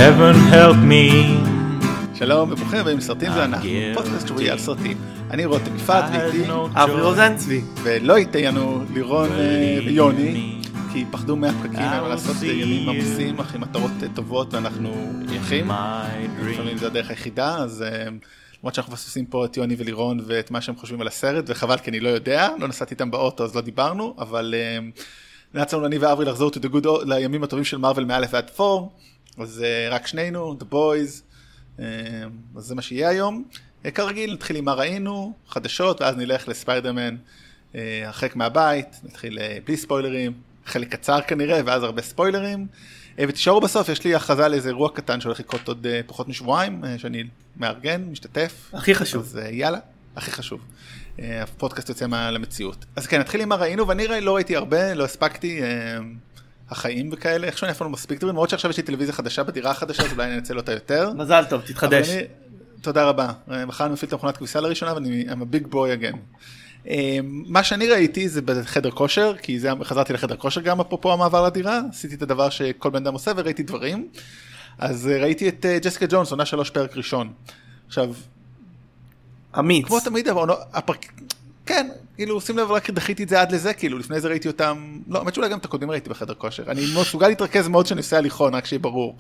heaven help me. שלום וברוכים הבאים לסרטים זה אנחנו, פודקאסט שבועי על סרטים. אני רותם יפעת ואיתי אברי רוזנצבי, ולא איתנו לירון ויוני, כי פחדו מהפקקים, אבל לעשות ימים עמוסים אך עם מטרות טובות ואנחנו הולכים, לפעמים זה הדרך היחידה. אז למרות שאנחנו מפספסים פה את יוני ולירון ואת מה שהם חושבים על הסרט, וחבל כי אני לא יודע, לא נסעתי איתם באוטו אז לא דיברנו, אבל נעצנו אני ואברי לחזור לימים הטובים של מרוול מא' ועד 4, אז רק שנינו, The Boys, אז זה מה שיהיה היום. כרגיל נתחיל עם מה ראינו, חדשות, ואז נלך לספיידרמן הרחק מהבית, נתחיל בלי ספוילרים, חלק קצר כנראה, ואז הרבה ספוילרים, ותשארו בסוף, יש לי הכרזה לאיזה אירוע קטן שהולך לקרות עוד פחות משבועיים, שאני מארגן, משתתף. הכי חשוב. אז יאללה, הכי חשוב. הפודקאסט יוצא למציאות. אז כן, נתחיל עם מה ראינו, ואני לא ראיתי הרבה, לא הספקתי, החיים וכאלה, איכשהו אני אפילו מספיק דברים, מאוד שעכשיו יש לי טלוויזיה חדשה בדירה החדשה, אז אולי אני אנצל אותה יותר. מזל טוב, תתחדש. תודה רבה. מחר אני מפעיל את המכונת כביסה לראשונה, ואני I'm a big boy again. מה שאני ראיתי זה בחדר כושר, כי חזרתי לחדר כושר גם אפרופו המעבר לדירה, עשיתי את הדבר שכל בן אדם עושה וראיתי דברים. אז ראיתי את ג'סיקה ג'ונס, עונה 3 פרק ראשון. עכשיו, אמיץ. כמו תמיד, כן, כאילו, שים לב, רק דחיתי את זה עד לזה, כאילו, לפני זה ראיתי אותם, לא, האמת שאולי גם את הקודם ראיתי בחדר כושר, אני מסוגל להתרכז מאוד שאני עושה הליכון, רק שיהיה ברור.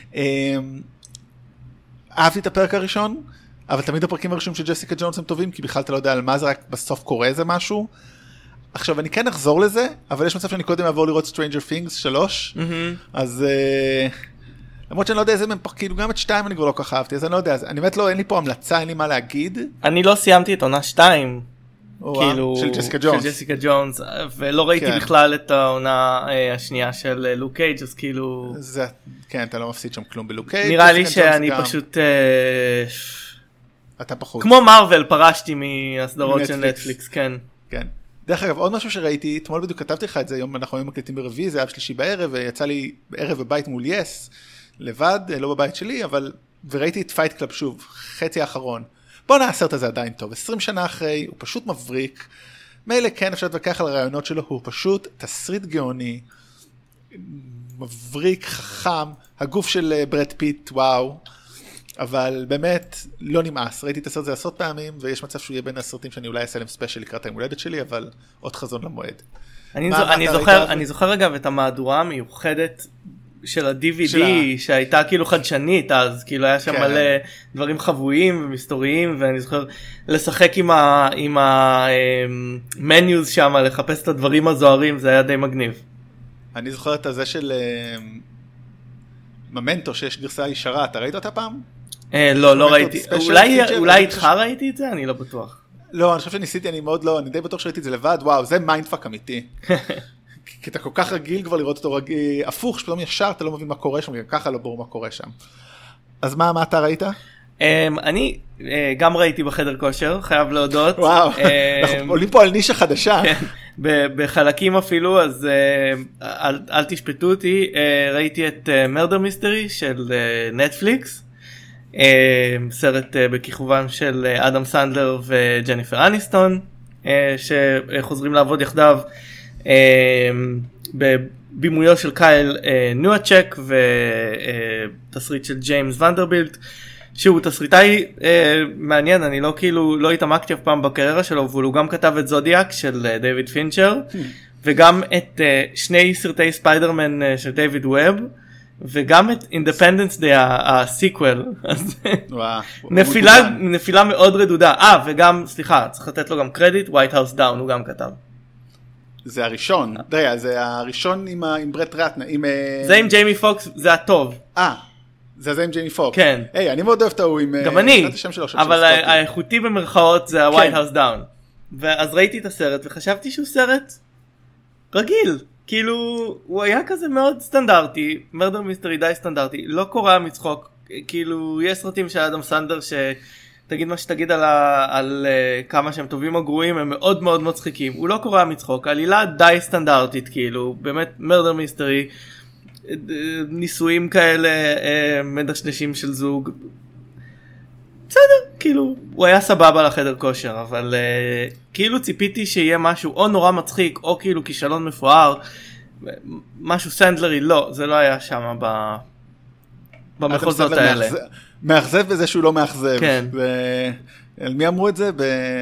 אהבתי את הפרק הראשון, אבל תמיד הפרקים הראשונים של ג'סיקה ג'ונס הם טובים, כי בכלל אתה לא יודע על מה זה, רק בסוף קורה איזה משהו. עכשיו, אני כן אחזור לזה, אבל יש מצב שאני קודם אעבור לראות Stranger Things 3, אז למרות שאני לא יודע איזה מהם, כאילו גם את 2 אני כבר לא כך אהבתי, אז אני לא יודע, אני באמת לא, אין לי פה המלצה, אין לי מה להגיד. אני לא סיימתי את עונה 2, כאילו, של ג'סיקה ג'ונס. של ג'סיקה ג'ונס, ולא ראיתי בכלל את העונה השנייה של לוק קייג', אז כאילו... כן, אתה לא מפסיד שם כלום בלוק קייג'. נראה לי שאני פשוט... אתה פחות. כמו מרוול פרשתי מהסדרות של נטפליקס, כן. כן. דרך אגב, עוד משהו שראיתי, אתמול בדיוק כתבתי לך את זה, היום אנחנו מקליטים ברביעי, זה היה בשלישי בערב, ויצא לי בערב בבית מול יס, לבד, לא בבית שלי, אבל, וראיתי את פייט קלאב שוב, חצי האחרון. בוא נעשרת הזה עדיין טוב, 20 שנה אחרי, הוא פשוט מבריק, מילא כן אפשר להתווכח על הרעיונות שלו, הוא פשוט תסריט גאוני, מבריק, חכם, הגוף של ברד פיט, וואו, אבל באמת לא נמאס, ראיתי את הסרט הזה עשרות פעמים, ויש מצב שהוא יהיה בין הסרטים שאני אולי אעשה להם ספיישל לקראת היום הולדת שלי, אבל עוד חזון למועד. אני זוכר אגב את המהדורה המיוחדת של ה-DVD שהייתה כאילו חדשנית, אז כאילו היה שם מלא דברים חבויים ומסתוריים, ואני זוכר לשחק עם המניוז שם, לחפש את הדברים הזוהרים, זה היה די מגניב. אני זוכר את הזה של ממנטו, שיש גרסה ישרה, אתה ראית אותה פעם? לא ראיתי, אולי איתך ראיתי את זה? אני לא בטוח. לא, אני חושב שניסיתי, אני מאוד לא, אני די בטוח שראיתי את זה לבד, וואו, זה מיינדפאק אמיתי. כי אתה כל כך רגיל כבר לראות אותו הפוך, שפתאום ישר אתה לא מבין מה קורה שם, ככה לא ברור מה קורה שם. אז מה אתה ראית? אני גם ראיתי בחדר כושר, חייב להודות. וואו, אנחנו עולים פה על נישה חדשה. בחלקים אפילו, אז אל תשפטו אותי, ראיתי את מרדר מיסטרי של נטפליקס, סרט בכיכובם של אדם סנדלר וג'ניפר אניסטון, שחוזרים לעבוד יחדיו, בבימויו של קייל ניואצ'ק ותסריט של ג'יימס ונדרבילט, שהוא תסריטאי מעניין, אני לא התעמקתי אף פעם בקריירה שלו, אבל הוא גם כתב את זודיאק של דיוויד פינצ'ר, וגם את שני סרטי ספיידרמן של דיוויד ווב, וגם את אינדפנדנס דיי, הסיקוול. נפילה מאוד רדודה. וגם, סליחה, צריך לתת לו גם קרדיט, White House Down, הוא גם כתב. זה הראשון, זה הראשון עם ברט רטנר. זה עם ג'יימי פוקס, זה הטוב. זה עם ג'יימי פוקס. כן. אני מאוד אוהב אותו עם... גם אני, אבל האיכותי במרכאות זה ה-White House Down. ואז ראיתי את הסרט וחשבתי שהוא סרט רגיל. כאילו, הוא היה כזה מאוד סטנדרטי, מרדר מיסטרי די סטנדרטי, לא קורה מצחוק. כאילו, יש סרטים של אדם סנדר שתגיד מה שתגיד על כמה שהם טובים או גרועים, הם מאוד מאוד מצחיקים. הוא לא קורה מצחוק, עלילה די סטנדרטית, כאילו, באמת מרדר מיסטרי, ניסויים כאלה מדשדשים של זוג, בסדר, כאילו הוא היה סבבה לחדר כושר, אבל כאילו ציפיתי שיהיה משהו או נורא מצחיק או כאילו כישלון מפואר, משהו סנדלרי. לא, זה לא היה שם במחוזות האלה. מאכזב בזה שהוא לא מאכזב. כן. על מי אמרו את זה?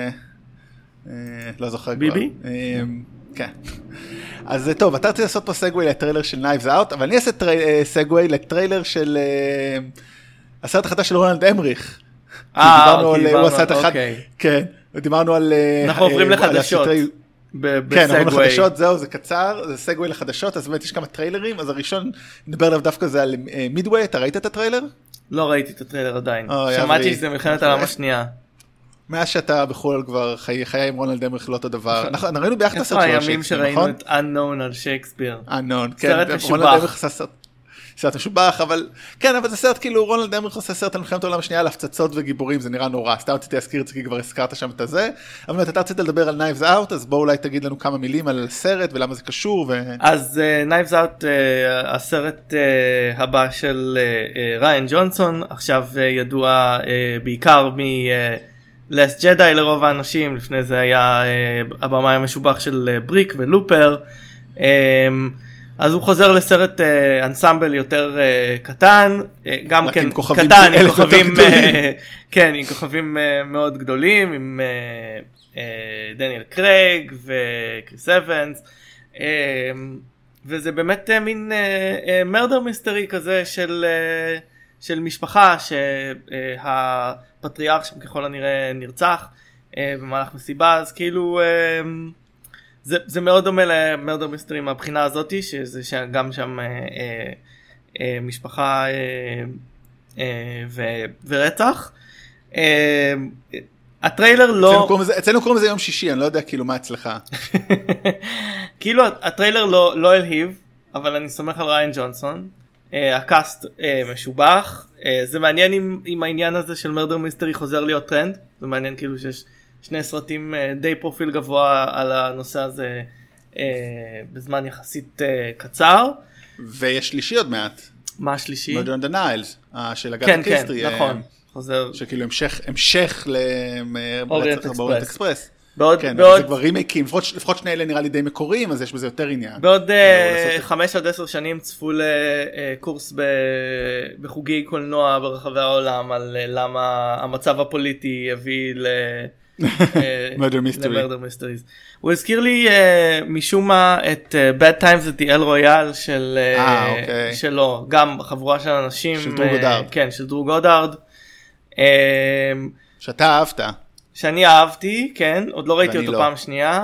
לא זוכר כבר. ביבי? כן. אז טוב, אתה רוצה לעשות פה סגווי לטריילר של Knives Out, אבל אני אעשה סגווי לטריילר של הסרט החדש של רונלד אמריך. אוקיי. כן, דיברנו על... אנחנו עוברים לחדשות. כן, עוברים לחדשות, זהו, זה קצר, זה סגווי לחדשות, אז באמת יש כמה טריילרים, אז הראשון, נדבר עליו דווקא זה על מידווי, אתה ראית את הטריילר? לא ראיתי את הטריילר עדיין, שמעתי שזה מלחמת העולם השנייה. מאז שאתה בחול כבר חיי עם רונלד אמריך לא אותו דבר, אנחנו ראינו ביחד את הסרט של שייקספיר, נכון? הימים שראינו את Unknown על שייקספיר. Unknown, כן, רונלד אמריך עשה סרט משובח, אבל כן, אבל זה סרט כאילו רונלד אמריך עושה סרט על מלחמת העולם השנייה על הפצצות וגיבורים, זה נראה נורא, סתם רציתי להזכיר את זה כי כבר הזכרת שם את הזה, אבל אתה רצית לדבר על Knives Out, אז בוא אולי תגיד לנו כמה מילים על הסרט ולמה זה קשור. אז Knives Out, הסרט הבא של ריין ג'ונסון, עכשיו ידוע בעיקר מ-Last Jedi לרוב האנשים, לפני זה היה הבמאי המשובח של בריק ולופר, אז הוא חוזר לסרט אנסמבל יותר קטן, גם כן קטן, עם כוכבים, כן, עם כוכבים מאוד גדולים, עם דניאל קרייג וקריס אבנס, וזה באמת מין מרדר מיסטרי כזה של משפחה שהפטריארך שם ככל הנראה נרצח במהלך מסיבה, אז כאילו זה מאוד דומה למרדר מיסטרי מהבחינה הזאת, שזה גם שם משפחה ורצח. הטריילר לא... אצלנו קוראים לזה יום שישי, אני לא יודע כאילו מה אצלך. כאילו הטריילר לא אלהיב, אבל אני סומך על ריין ג'ונסון. הקאסט משובח. זה מעניין אם העניין הזה של מרדר מיסטרי חוזר להיות טרנד. זה מעניין כאילו שיש שני סרטים די פרופיל גבוה על הנושא הזה בזמן יחסית קצר. ויש שלישי עוד מעט. מה השלישי? Murder on the Niles, של אגתה קריסטי. כן, נכון. חוזר. שכאילו המשך לאוריינט אקספרס. כן, זה כבר רימייקים, לפחות שני אלה נראה לי די מקוריים, אז יש בזה יותר עניין. בעוד 5 עד 10 שנים צפו לקורס בחוגי קולנוע ברחבי העולם, על למה המצב הפוליטי הביא Murder למרדר מיסטריז. הוא הזכיר לי משום מה את Bad Times at the El Royale שלו, גם חבורה של אנשים. של דרו גודארד. כן, של דרו גודארד. שאתה אהבת. שאני אהבתי, כן, עוד לא ראיתי אותו פעם שנייה.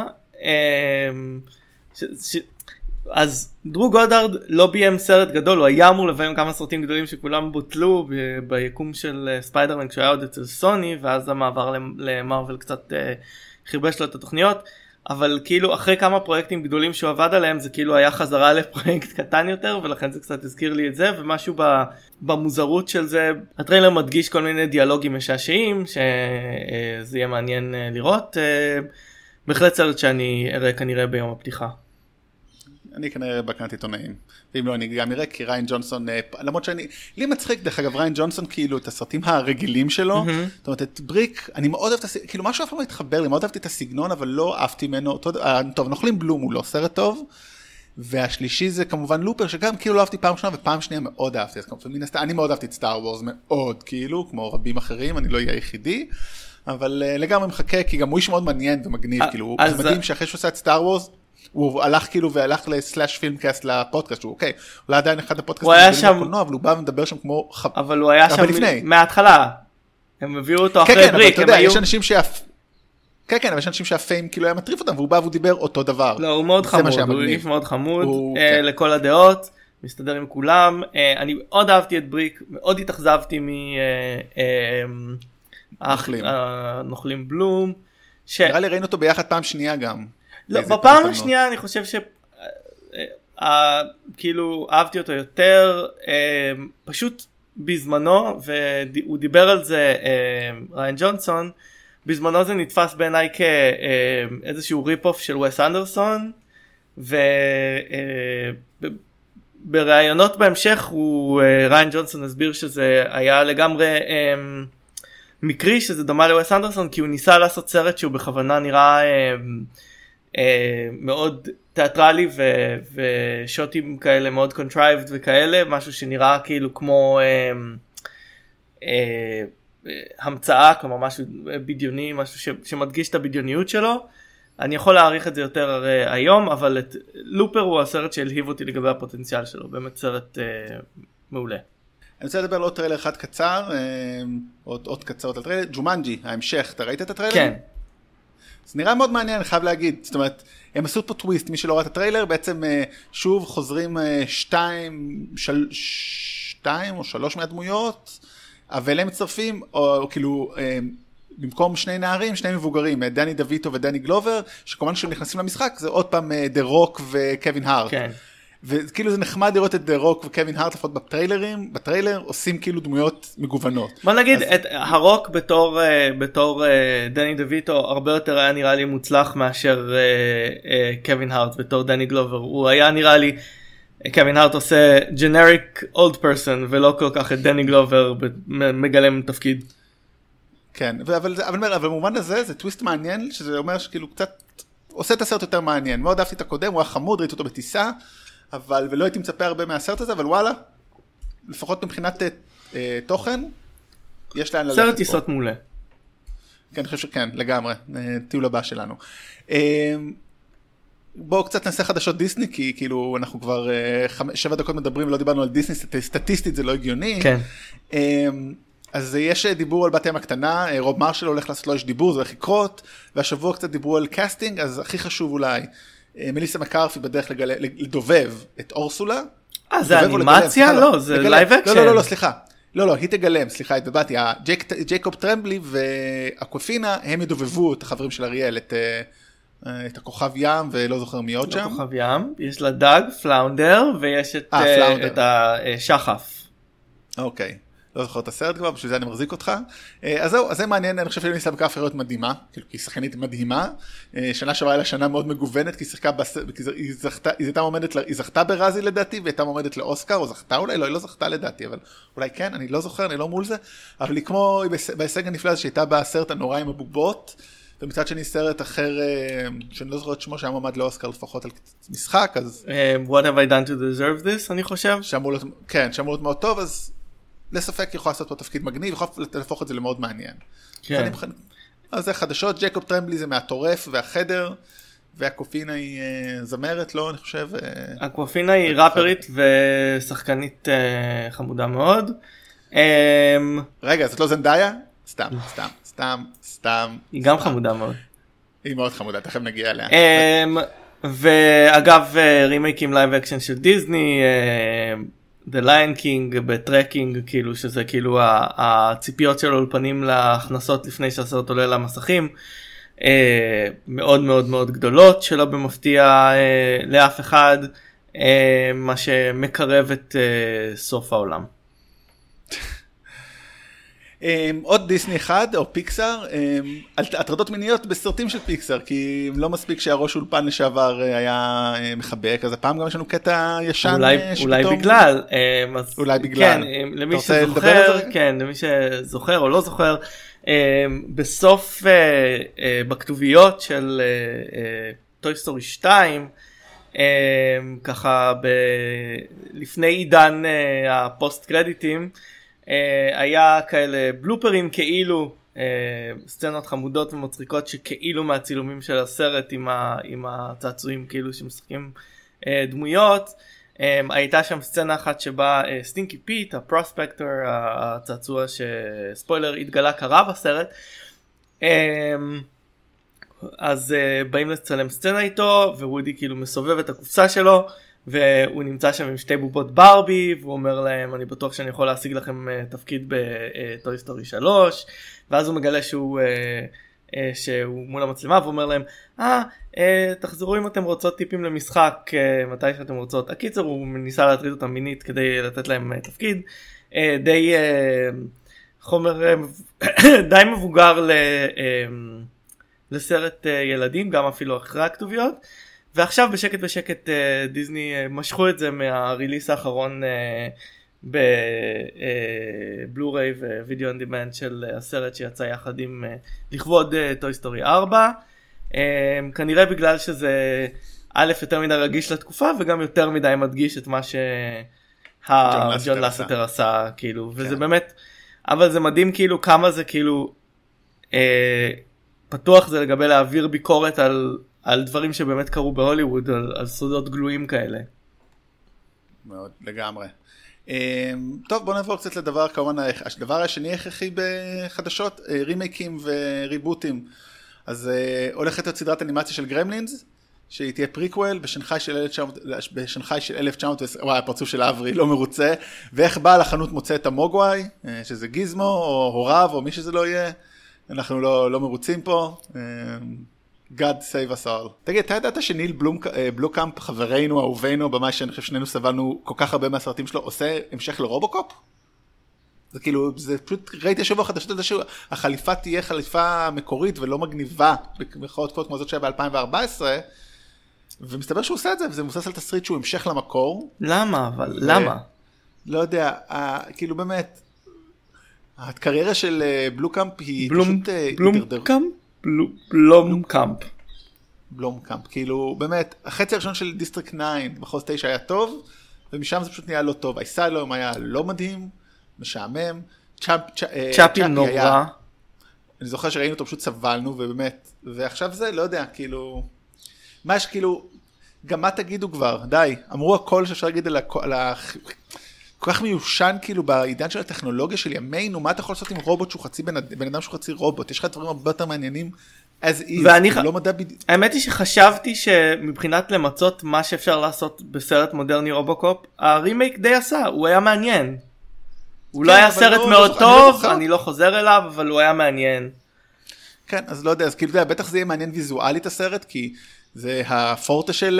אז דרו גודארד לא ביים סרט גדול, הוא היה אמור לביים כמה סרטים גדולים שכולם בוטלו ביקום של ספיידרמן כשהוא היה עוד אצל סוני, ואז המעבר למרוול קצת חירבש לו את התוכניות, אבל כאילו אחרי כמה פרויקטים גדולים שהוא עבד עליהם, זה כאילו היה חזרה לפרויקט קטן יותר, ולכן זה קצת הזכיר לי את זה, ומשהו במוזרות של זה, הטריילר מדגיש כל מיני דיאלוגים משעשעים, שזה יהיה מעניין לראות, בהחלט סרט שאני אראה כנראה ביום הפתיחה. אני כנראה בקנת עיתונאים, ואם לא אני גם אראה, כי ריין ג'ונסון, למרות לי מצחיק דרך אגב, ריין ג'ונסון כאילו את הסרטים הרגילים שלו, זאת אומרת את בריק, אני מאוד אוהבת, כאילו משהו אף פעם לא התחבר לי, מאוד אהבתי את הסגנון, אבל לא אהבתי ממנו, טוב, נוכלים בלום הוא לא סרט טוב, והשלישי זה כמובן לופר, שגם כאילו לא אהבתי פעם שנייה, ופעם שנייה מאוד אהבתי, אז כמובן אני מאוד אהבתי את סטאר וורס, מאוד כאילו, כמו רבים אחרים, אני לא אהיה היחידי, אבל לגמרי מחכה, כי גם הוא איש מאוד מעניין ומגניב, כאילו, זה מדהים שאחרי שהוא עושה את סטאר וורס, הוא הלך כאילו והלך לסלאש פילמקאסט לפודקאסט, שהוא אוקיי, אולי עדיין אחד הפודקאסטים בקולנוע, אבל הוא בא ומדבר שם כמו אבל הוא היה שם מההתחלה, הם הביאו אותו אחרי בריק, אבל יש אנשים כן, אבל יש אנשים שהפיים כאילו היה מטריף אותם, והוא בא והוא דיבר אותו דבר. לא, הוא מאוד חמוד, הוא איש מאוד חמוד, לכל הדעות, מסתדר עם כולם, אני מאוד אהבתי את בריק, מאוד התאכזבתי נוכלים בלום. נראה לי ראינו אותו ביחד פעם שנייה גם. לא, בפעם השנייה אני חושב כאילו אהבתי אותו יותר, פשוט בזמנו, והוא דיבר על זה, ריין ג'ונסון, בזמנו זה נתפס בעיניי כאיזשהו ריפ-אוף של ווס אנדרסון, ובראיונות בהמשך ריין ג'ונסון הסביר שזה היה לגמרי מקרי, שזה דומה לווס אנדרסון, כי הוא ניסה לעשות סרט שהוא בכוונה נראה מאוד תיאטרלי ושוטים כאלה מאוד contrived וכאלה, משהו שנראה כאילו כמו המצאה, כלומר משהו בדיוני, משהו שמדגיש את הבדיוניות שלו. אני יכול להעריך את זה יותר היום, אבל לופר הוא הסרט שהלהיב אותי לגבי הפוטנציאל שלו, באמת סרט מעולה. אני רוצה לדבר על עוד טריילר אחד קצר, עוד קצרות על טריילר, ג'ומנג'י, ההמשך, אתה ראית את הטריילר? כן. זה נראה מאוד מעניין, אני חייב להגיד, זאת אומרת, הם עשו פה טוויסט, מי שלא ראה את הטריילר, בעצם שוב חוזרים שתיים או שלוש מהדמויות, אבל הם מצטרפים, או כאילו, במקום שני נערים, שני מבוגרים, דני דויטו ודני גלובר, שכמובן כשהם נכנסים למשחק, זה עוד פעם דה רוק וקווין הארט. כן. וכאילו זה נחמד לראות את דה רוק וקווין הארט, לפחות בטריילר עושים כאילו דמויות מגוונות. בוא נגיד, את הרוק בתור דני דויטו, הרבה יותר היה נראה לי מוצלח מאשר קווין הארט בתור דני גלובר. הוא היה נראה לי, קווין הארט עושה generic old person, ולא כל כך את דני גלובר מגלם תפקיד. כן, אבל במובן הזה זה טוויסט מעניין, שזה אומר שכאילו קצת עושה את הסרט יותר מעניין. מאוד אהבתי את הקודם, הוא היה חמוד, ראיתי אותו בטיסה, ולא הייתי מצפה הרבה מהסרט הזה, אבל וואלה, לפחות מבחינת תוכן, יש לאן ללכת. סרט טיסות מעולה. כן, אני חושב שכן, לגמרי, טיול הבא שלנו. בואו קצת נעשה חדשות דיסני, כי כאילו אנחנו כבר 7 דקות מדברים ולא דיברנו על דיסני, סטטיסטית זה לא הגיוני. כן. אז יש דיבור על בת ים הקטנה, רוב מרשל הולך לעשות לו יש דיבור, זה הולך לקרות, והשבוע קצת דיברו על קאסטינג, אז הכי חשוב אולי, מליסה מקארפי בדרך לדובב את אורסולה. זה אנימציה? לא, זה לייב אקשן. לא, סליחה. לא, היא תגלם, סליחה, התבלבלתי. ג'ייקוב טרמבלי ואקוופינה, הם ידובבו את החברים של אריאל, את הכוכב ים, ולא זוכר מי עוד שם. הכוכב ים, יש לה דג, פלאונדר, ויש את השחף. אוקיי. לא זוכר את הסרט כבר, בשביל זה אני מחזיק אותך. אז זהו, אז זה מעניין, אני חושב שליסה מקארפי להיות מדהימה, כאילו, כי היא שחקנית מדהימה. שנה שעברה לה שנה מאוד מגוונת, כי היא זכתה ברזי לדעתי, והייתה מועמדת לאוסקר, או זכתה אולי, לא, היא לא זכתה לדעתי, אבל אולי כן, אני לא זוכר, אני לא מול זה, אבל היא כמו, בהישג הנפלא הזה שהייתה בסרט הנורא עם הבובות, ומצד שני סרט אחר, שאני לא זוכר את שמו, שהיה מועמד לאוסקר לפחות על משחק, אז... What have I done to deserve this, אני חושב? כן, שאמור להיות מאוד טוב, אז לספק יכולה לעשות פה תפקיד מגניב, יכולה להפוך את זה למאוד מעניין. כן. אז זה חדשות, ג'ייקוב טרמבלי זה מהטורף והחדר, והקופינה היא זמרת, לא, אני חושב. הקופינה היא ראפרית ושחקנית חמודה מאוד. רגע, זאת לא זנדאיה? סתם. היא גם חמודה מאוד. היא מאוד חמודה, תכף נגיע אליה. ואגב, רימייקים לייב אקשן של דיסני, The Lion King בטרקינג, כאילו שזה כאילו הציפיות של אולפנים להכנסות לפני שהסרט עולה למסכים, מאוד מאוד מאוד גדולות, שלא במפתיע לאף אחד, מה שמקרב את סוף העולם. עוד דיסני אחד, או פיקסאר, הטרדות מיניות בסרטים של פיקסאר, כי לא מספיק שהראש אולפן לשעבר היה מחבק, אז הפעם גם יש לנו קטע ישן אולי בגלל, למי שזוכר, כן, למי שזוכר או לא זוכר, בסוף, בכתוביות של טוי סטורי 2, ככה לפני עידן הפוסט קרדיטים, היה כאלה בלופרים כאילו, סצנות חמודות ומצחיקות שכאילו מהצילומים של הסרט עם הצעצועים כאילו שמשחקים דמויות. הייתה שם סצנה אחת שבה סטינקי פיט, הפרוספקטור, הצעצוע שספוילר התגלה קרה בסרט, אז באים לצלם סצנה איתו ווודי כאילו מסובב את הקופסה שלו, והוא נמצא שם עם 2 בובות ברבי, והוא אומר להם, אני בטוח שאני יכול להשיג לכם תפקיד בטוי סטורי 3, ואז הוא מגלה שהוא מול המצלמה, ואומר להם, תחזרו אם אתם רוצות טיפים למשחק, מתי שאתם רוצות. הקיצר, הוא ניסה להטריד אותם מינית כדי לתת להם תפקיד, די חומר, די מבוגר לסרט ילדים, גם אפילו אחרי הכתוביות, ועכשיו בשקט דיסני משכו את זה מהריליס האחרון בבלו-ריי ווידאו און דימנד של הסרט שיצא יחד עם לכבוד טוי סטורי 4. כנראה בגלל שזה א' יותר מדי רגיש לתקופה, וגם יותר מדי מדגיש את מה שג'ון לסטר עשה, כאילו, וזה באמת, אבל זה מדהים כאילו כמה זה כאילו, פתוח זה לגבי להעביר ביקורת על דברים שבאמת קרו בהוליווד, על סודות גלויים כאלה. מאוד, לגמרי. טוב, בוא נעבור קצת לדבר, כמובן, הדבר השני הכרחי בחדשות, רימייקים וריבוטים. אז הולכת להיות סדרת אנימציה של גרמלינס, שהיא תהיה פריקוול בשנחאי של 1910, וואי, הפרצוף של אברי לא מרוצה, ואיך בעל החנות מוצא את המוגוואי, שזה גיזמו, או הוריו, או מי שזה לא יהיה, אנחנו לא מרוצים פה. God save us all. תגיד, אתה ידעת שניל בלוקאמפ, חברינו, אהובינו, במאי שאני חושב שנינו סבלנו כל כך הרבה מהסרטים שלו, עושה המשך לרובוקופ? זה כאילו, זה פשוט, ראיתי שבוע חדשות על זה שהחליפה תהיה חליפה מקורית ולא מגניבה, במרכאות קוד כמו זאת שהיה ב-2014, ומסתבר שהוא עושה את זה, וזה מבוסס על תסריט שהוא המשך למקור. למה? אבל למה? לא יודע, כאילו באמת, הקריירה של בלוקאמפ היא פשוט... בלומקאמפ, כאילו באמת, החצי הראשון של דיסטריקט 9, מחוז 9 היה טוב, ומשם זה פשוט נהיה לא טוב. האיסאילום היה לא מדהים, משעמם, צ'אפי נורא. אני זוכר שראינו אותו, פשוט סבלנו, ובאמת, ועכשיו זה, לא יודע, כאילו, מה יש כאילו, גם מה תגידו כבר, די, אמרו הכל שאפשר להגיד על כל כך מיושן כאילו בעידן של הטכנולוגיה של ימינו, מה אתה יכול לעשות עם רובוט שהוא חצי בן אדם שהוא חצי רובוט, יש לך דברים הרבה יותר מעניינים as is, לא מדע בדיוק. האמת היא שחשבתי שמבחינת למצות מה שאפשר לעשות בסרט מודרני רובוקופ, הרימייק די עשה, הוא היה מעניין. הוא לא היה סרט מאוד טוב, אני לא חוזר אליו, אבל הוא היה מעניין. כן, אז לא יודע, אז כאילו בטח זה יהיה מעניין ויזואלית הסרט, כי זה הפורטה של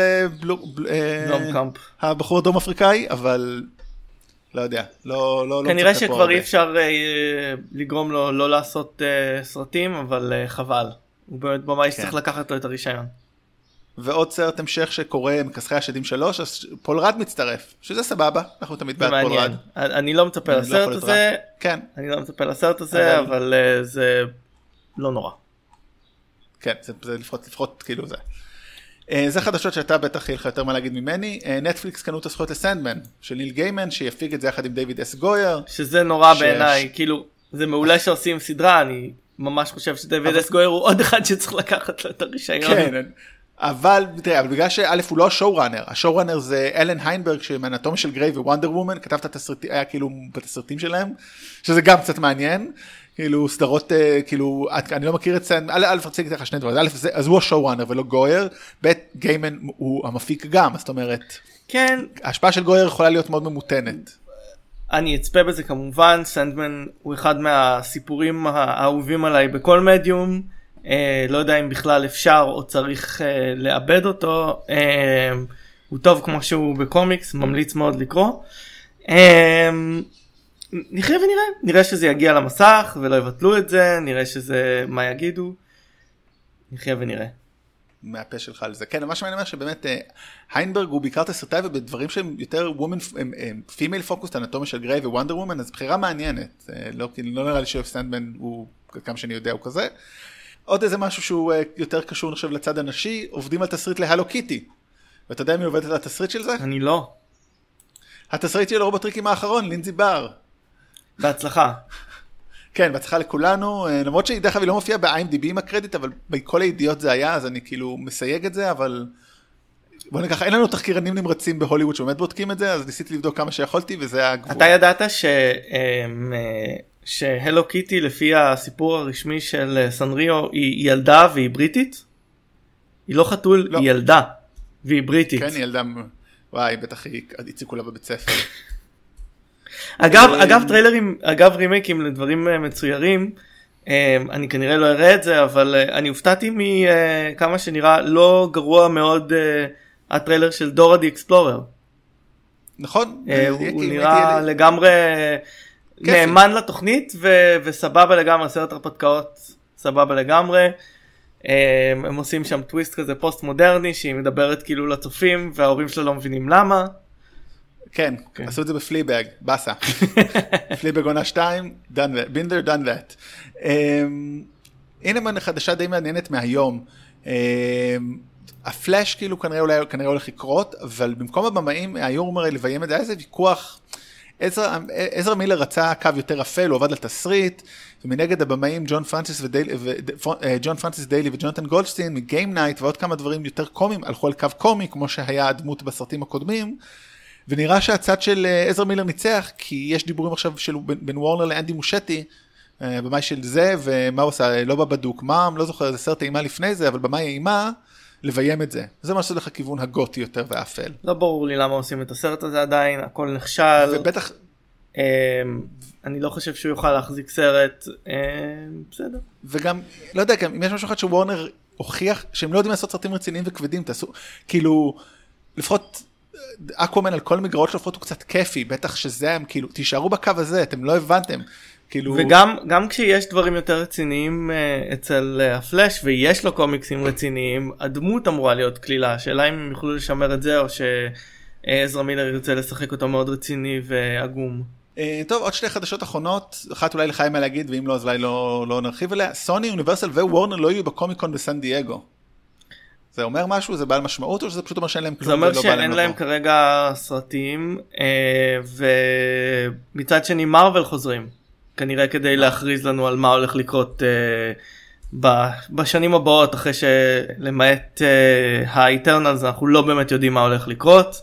בלומקאמפ, הבחור הדרום אפריקאי, אבל לא יודע, לא כנראה שכבר אי אפשר לגרום לו לא לעשות סרטים, אבל חבל. הוא באמת במאי שצריך לקחת לו את הרישיון. ועוד סרט המשך שקורה מכסחי השדים 3, אז פול רד מצטרף, שזה סבבה, אנחנו תמיד בעד פול רד. אני לא מצפה לסרט הזה, כן. אני לא מצפה לסרט הזה, אבל זה לא נורא. כן, זה לפחות כאילו זה. זה חדשות שאתה בטח יהיה לך יותר מה להגיד ממני. נטפליקס קנו את הזכויות לסנדמן של ניל גיימן, שיפיק את זה יחד עם דיוויד אס גויר. שזה נורא בעיניי, כאילו, זה מעולה שעושים סדרה, אני ממש חושב שדיוויד אס גויר הוא עוד אחד שצריך לקחת לו את הרישיון. כן, אבל בגלל שא' הוא לא השואו-ראנר, השואו-ראנר זה אלן היינברג, שמאנטומיה של גריי ווונדר וומן, כתב את התסריטים, היה כאילו בתסריטים שלהם, שזה גם קצת מעניין. כאילו סדרות, כאילו, אני לא מכיר את סנד, א' רציתי לך שני דברים, אז הוא השואו-ראנר ולא גויר, ב' גיימן הוא המפיק גם, זאת אומרת, כן. ההשפעה של גויר יכולה להיות מאוד ממותנת. אני אצפה בזה כמובן, סנדמן הוא אחד מהסיפורים האהובים עליי בכל מדיום, לא יודע אם בכלל אפשר או צריך לאבד אותו, הוא טוב כמו שהוא בקומיקס, ממליץ מאוד לקרוא. נחיה ונראה, נראה שזה יגיע למסך ולא יבטלו את זה, נראה שזה מה יגידו, נחיה ונראה. מהפה שלך על זה. כן, מה שאני אומר שבאמת היינברג הוא בעיקר תסרטאי ובדברים שהם יותר פימייל פוקוס, אנטומיה של גריי ווונדר וומן, אז בחירה מעניינת. לא נראה לי שאוף סנדמן הוא, כמה שאני יודע, הוא כזה. עוד איזה משהו שהוא יותר קשור נחשב לצד הנשי, עובדים על תסריט להלו קיטי. ואתה יודע מי עובדת על התסריט של זה? אני לא. התסריט של רובוטריקים האחרון, לינזי בר. בהצלחה. כן, בהצלחה לכולנו, למרות שהיא דרך כלל לא מופיעה ב-IMDb עם הקרדיט, אבל בכל הידיעות זה היה, אז אני כאילו מסייג את זה, אבל בוא ניקח, אין לנו תחקירנים נמרצים בהוליווד שבאמת בודקים את זה, אז ניסיתי לבדוק כמה שיכולתי, וזה הגבול. אתה ידעת שהלו קיטי, לפי הסיפור הרשמי של סנריו, היא ילדה והיא בריטית? היא לא חתול, היא ילדה, והיא בריטית. כן, היא ילדה, וואי, בטח הציקו לה בבית ספר. אגב טריילרים, אגב רימייקים לדברים מצוירים, אני כנראה לא אראה את זה, אבל אני הופתעתי מכמה שנראה לא גרוע מאוד הטריילר של דורה די אקספלורר. נכון. הוא נראה לגמרי נאמן לתוכנית וסבבה לגמרי, סרט הרפתקאות סבבה לגמרי. הם עושים שם טוויסט כזה פוסט מודרני שהיא מדברת כאילו לצופים וההורים שלה לא מבינים למה. כן, עשו את זה בפליבאג, בסה. פליבאג עונה 2, been there, done that. הנה חדשה די מעניינת מהיום. הפלאש כאילו כנראה הולך לקרות, אבל במקום הבמאים היו אומרים לביים את זה, היה איזה ויכוח, עזרא מילר רצה קו יותר אפל, הוא עבד לתסריט, ומנגד הבמאים ג'ון פרנסיס דיילי וג'ונתן גולדשטיין מגיים נייט ועוד כמה דברים יותר קומיים, הלכו על קו קומי, כמו שהיה הדמות בסרטים הקודמים, ונראה שהצד של עזרא מילר ניצח, כי יש דיבורים עכשיו בין וורנר לאנדי מושטי, במאי של זה, ומה הוא עושה, לא בבדוק, לא זוכר, זה סרט אימה לפני זה, אבל במאי האימה, לביים את זה. זה מה שעושה לך כיוון הגותי יותר ואפל. לא ברור לי למה עושים את הסרט הזה עדיין, הכל נכשל. ובטח... אני לא חושב שהוא יוכל להחזיק סרט, בסדר. וגם, לא יודע, אם יש משהו אחד שוורנר הוכיח, שהם לא יודעים לעשות סרטים רציניים וכבדים, תעשו, כאילו, לפחות, אקוואמן על כל מגרעות שלו, לפחות הוא קצת כיפי, בטח שזה הם, כאילו, תישארו בקו הזה, אתם לא הבנתם. כאילו... וגם כשיש דברים יותר רציניים אצל הפלאש, ויש לו קומיקסים רציניים, הדמות אמורה להיות כלילה. השאלה אם הם יוכלו לשמר את זה, או שעזרא מילר ירצה לשחק אותו מאוד רציני ועגום. טוב, עוד שתי חדשות אחרונות, אחת אולי לחיים מה להגיד, ואם לא, אז אולי לא נרחיב עליה. סוני, יוניברסל ווורנר לא יהיו בקומיקון בסן דייגו. זה אומר משהו? זה בעל משמעות, או שזה פשוט אומר שאין להם כלום? זה אומר שאין להם כרגע סרטים, ומצד שני מרוול חוזרים. כנראה כדי להכריז לנו על מה הולך לקרות בשנים הבאות, אחרי שלמעט ה-Eternals אנחנו לא באמת יודעים מה הולך לקרות.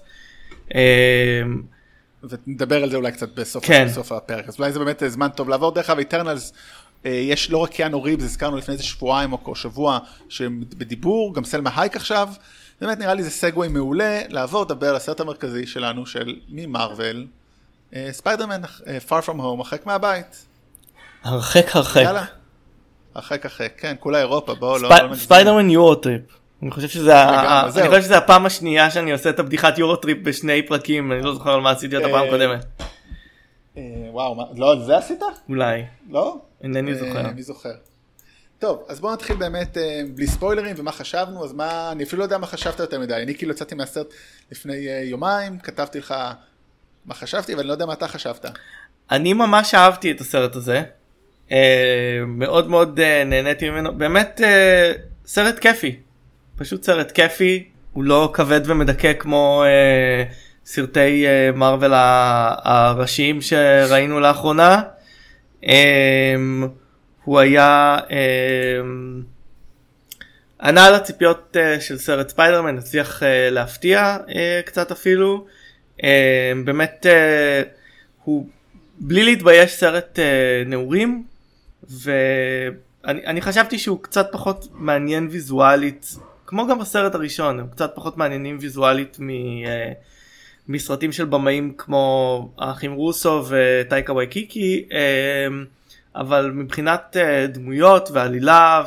ונדבר על זה אולי קצת בסוף הפרק. אז אולי זה באמת זמן טוב לעבור. דרך אגב, Eternals, יש לא רק קיאנו ריבס, הזכרנו לפני איזה שבועיים או שבוע שבדיבור, גם סלמה הייק עכשיו. באמת נראה לי זה סגווי מעולה לעבור, לדבר על הסרט המרכזי שלנו, של ממרוול, ספיידרמן, Far From Home, הרחק מהבית. הרחק. יאללה. הרחק, כן, כולה אירופה, בואו לא... ספיידרמן יורוטריפ. אני חושב שזה הפעם השנייה שאני עושה את הבדיחת יורוטריפ בשני פרקים, אני לא זוכר על מה עשיתי את הפעם הקודמת. וואו, לא על זה עשית? אולי. לא? אינני זוכר. מי זוכר. טוב, אז בואו נתחיל באמת בלי ספוילרים ומה חשבנו, אז מה, אני אפילו לא יודע מה חשבת יותר מדי, אני כאילו יצאתי מהסרט לפני יומיים, כתבתי לך מה חשבתי, אבל אני לא יודע מה אתה חשבת. אני ממש אהבתי את הסרט הזה, מאוד מאוד נהניתי ממנו, באמת סרט כיפי, פשוט סרט כיפי, הוא לא כבד ומדכא כמו סרטי מרוול הראשיים שראינו לאחרונה, הוא היה ענה על הציפיות של סרט ספיידרמן, הצליח להפתיע קצת אפילו, באמת הוא בלי להתבייש סרט נעורים, ואני חשבתי שהוא קצת פחות מעניין ויזואלית, כמו גם בסרט הראשון, הם קצת פחות מעניינים ויזואלית מסרטים של במאים כמו האחים רוסו וטייקה וואיקיקי, אבל מבחינת דמויות ועלילה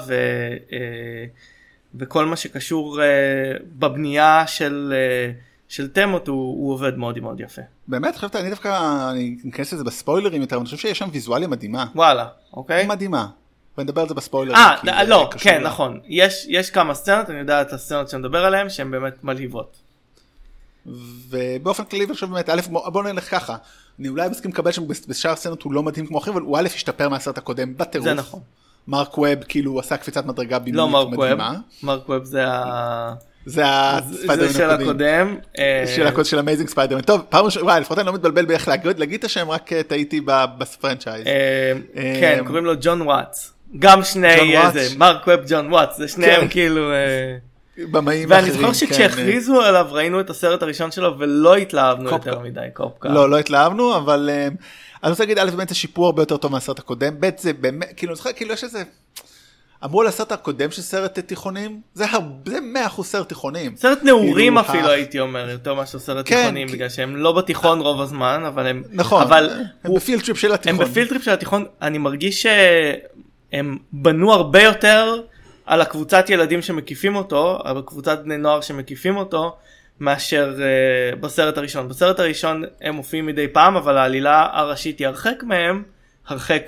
וכל מה שקשור בבנייה של תמות, הוא עובד מאוד מאוד יפה. באמת, חושבת, אני דווקא, אני אכנס לזה בספוילרים יותר, אני חושב שיש שם ויזואליה מדהימה. וואלה, אוקיי. מדהימה. ונדבר על זה בספוילרים. לא, כן, נכון. יש כמה סצנות, אני יודע את הסצנות שנדבר עליהן, שהן באמת מלהיבות. ובאופן כללי, עכשיו באמת, בואו נלך ככה. אני אולי מסכים לקבל שבשאר הסצנות הוא לא מדהים כמו אחרים, אבל הוא א' השתפר מהסרט הקודם בטירוף. זה נכון. מרק ווב כאילו עשה קפיצת מדרגה לא בימונית מדהימה. מרק ווב זה של הקודם. של אמייזינג ספיידרמן. טוב, פעם ראשונה, לפחות אני לא מתבלבל באיך להגיד את השם, רק טעיתי בפרנצ'ייז. כן, קוראים לו ג'ון וואטס. גם שני, מרק ווב, ג'ון וואטס, זה שניהם כאילו... במאים ואני זוכר שכשהכריזו עליו ראינו את הסרט הראשון שלו ולא התלהבנו יותר מדי, קופקה. לא התלהבנו, אבל אני רוצה להגיד, א' באמת זה שיפור הרבה יותר טוב מהסרט הקודם, ב' זה באמת, כאילו אני זוכר, כאילו יש איזה, אמרו על הסרט הקודם של סרט תיכונים, זה 100% סרט תיכונים. סרט נעורים אפילו הייתי אומר, יותר משהו סרט תיכונים, בגלל שהם לא בתיכון רוב הזמן, אבל הם... נכון, הם בפילטריפ של התיכון. הם בפילטריפ של התיכון, אני מרגיש שהם בנו הרבה יותר על הקבוצת ילדים שמקיפים אותו, על קבוצת בני נוער שמקיפים אותו, מאשר בסרט הראשון. בסרט הראשון הם מופיעים מדי פעם, אבל העלילה הראשית היא הרחק מהם, הרחק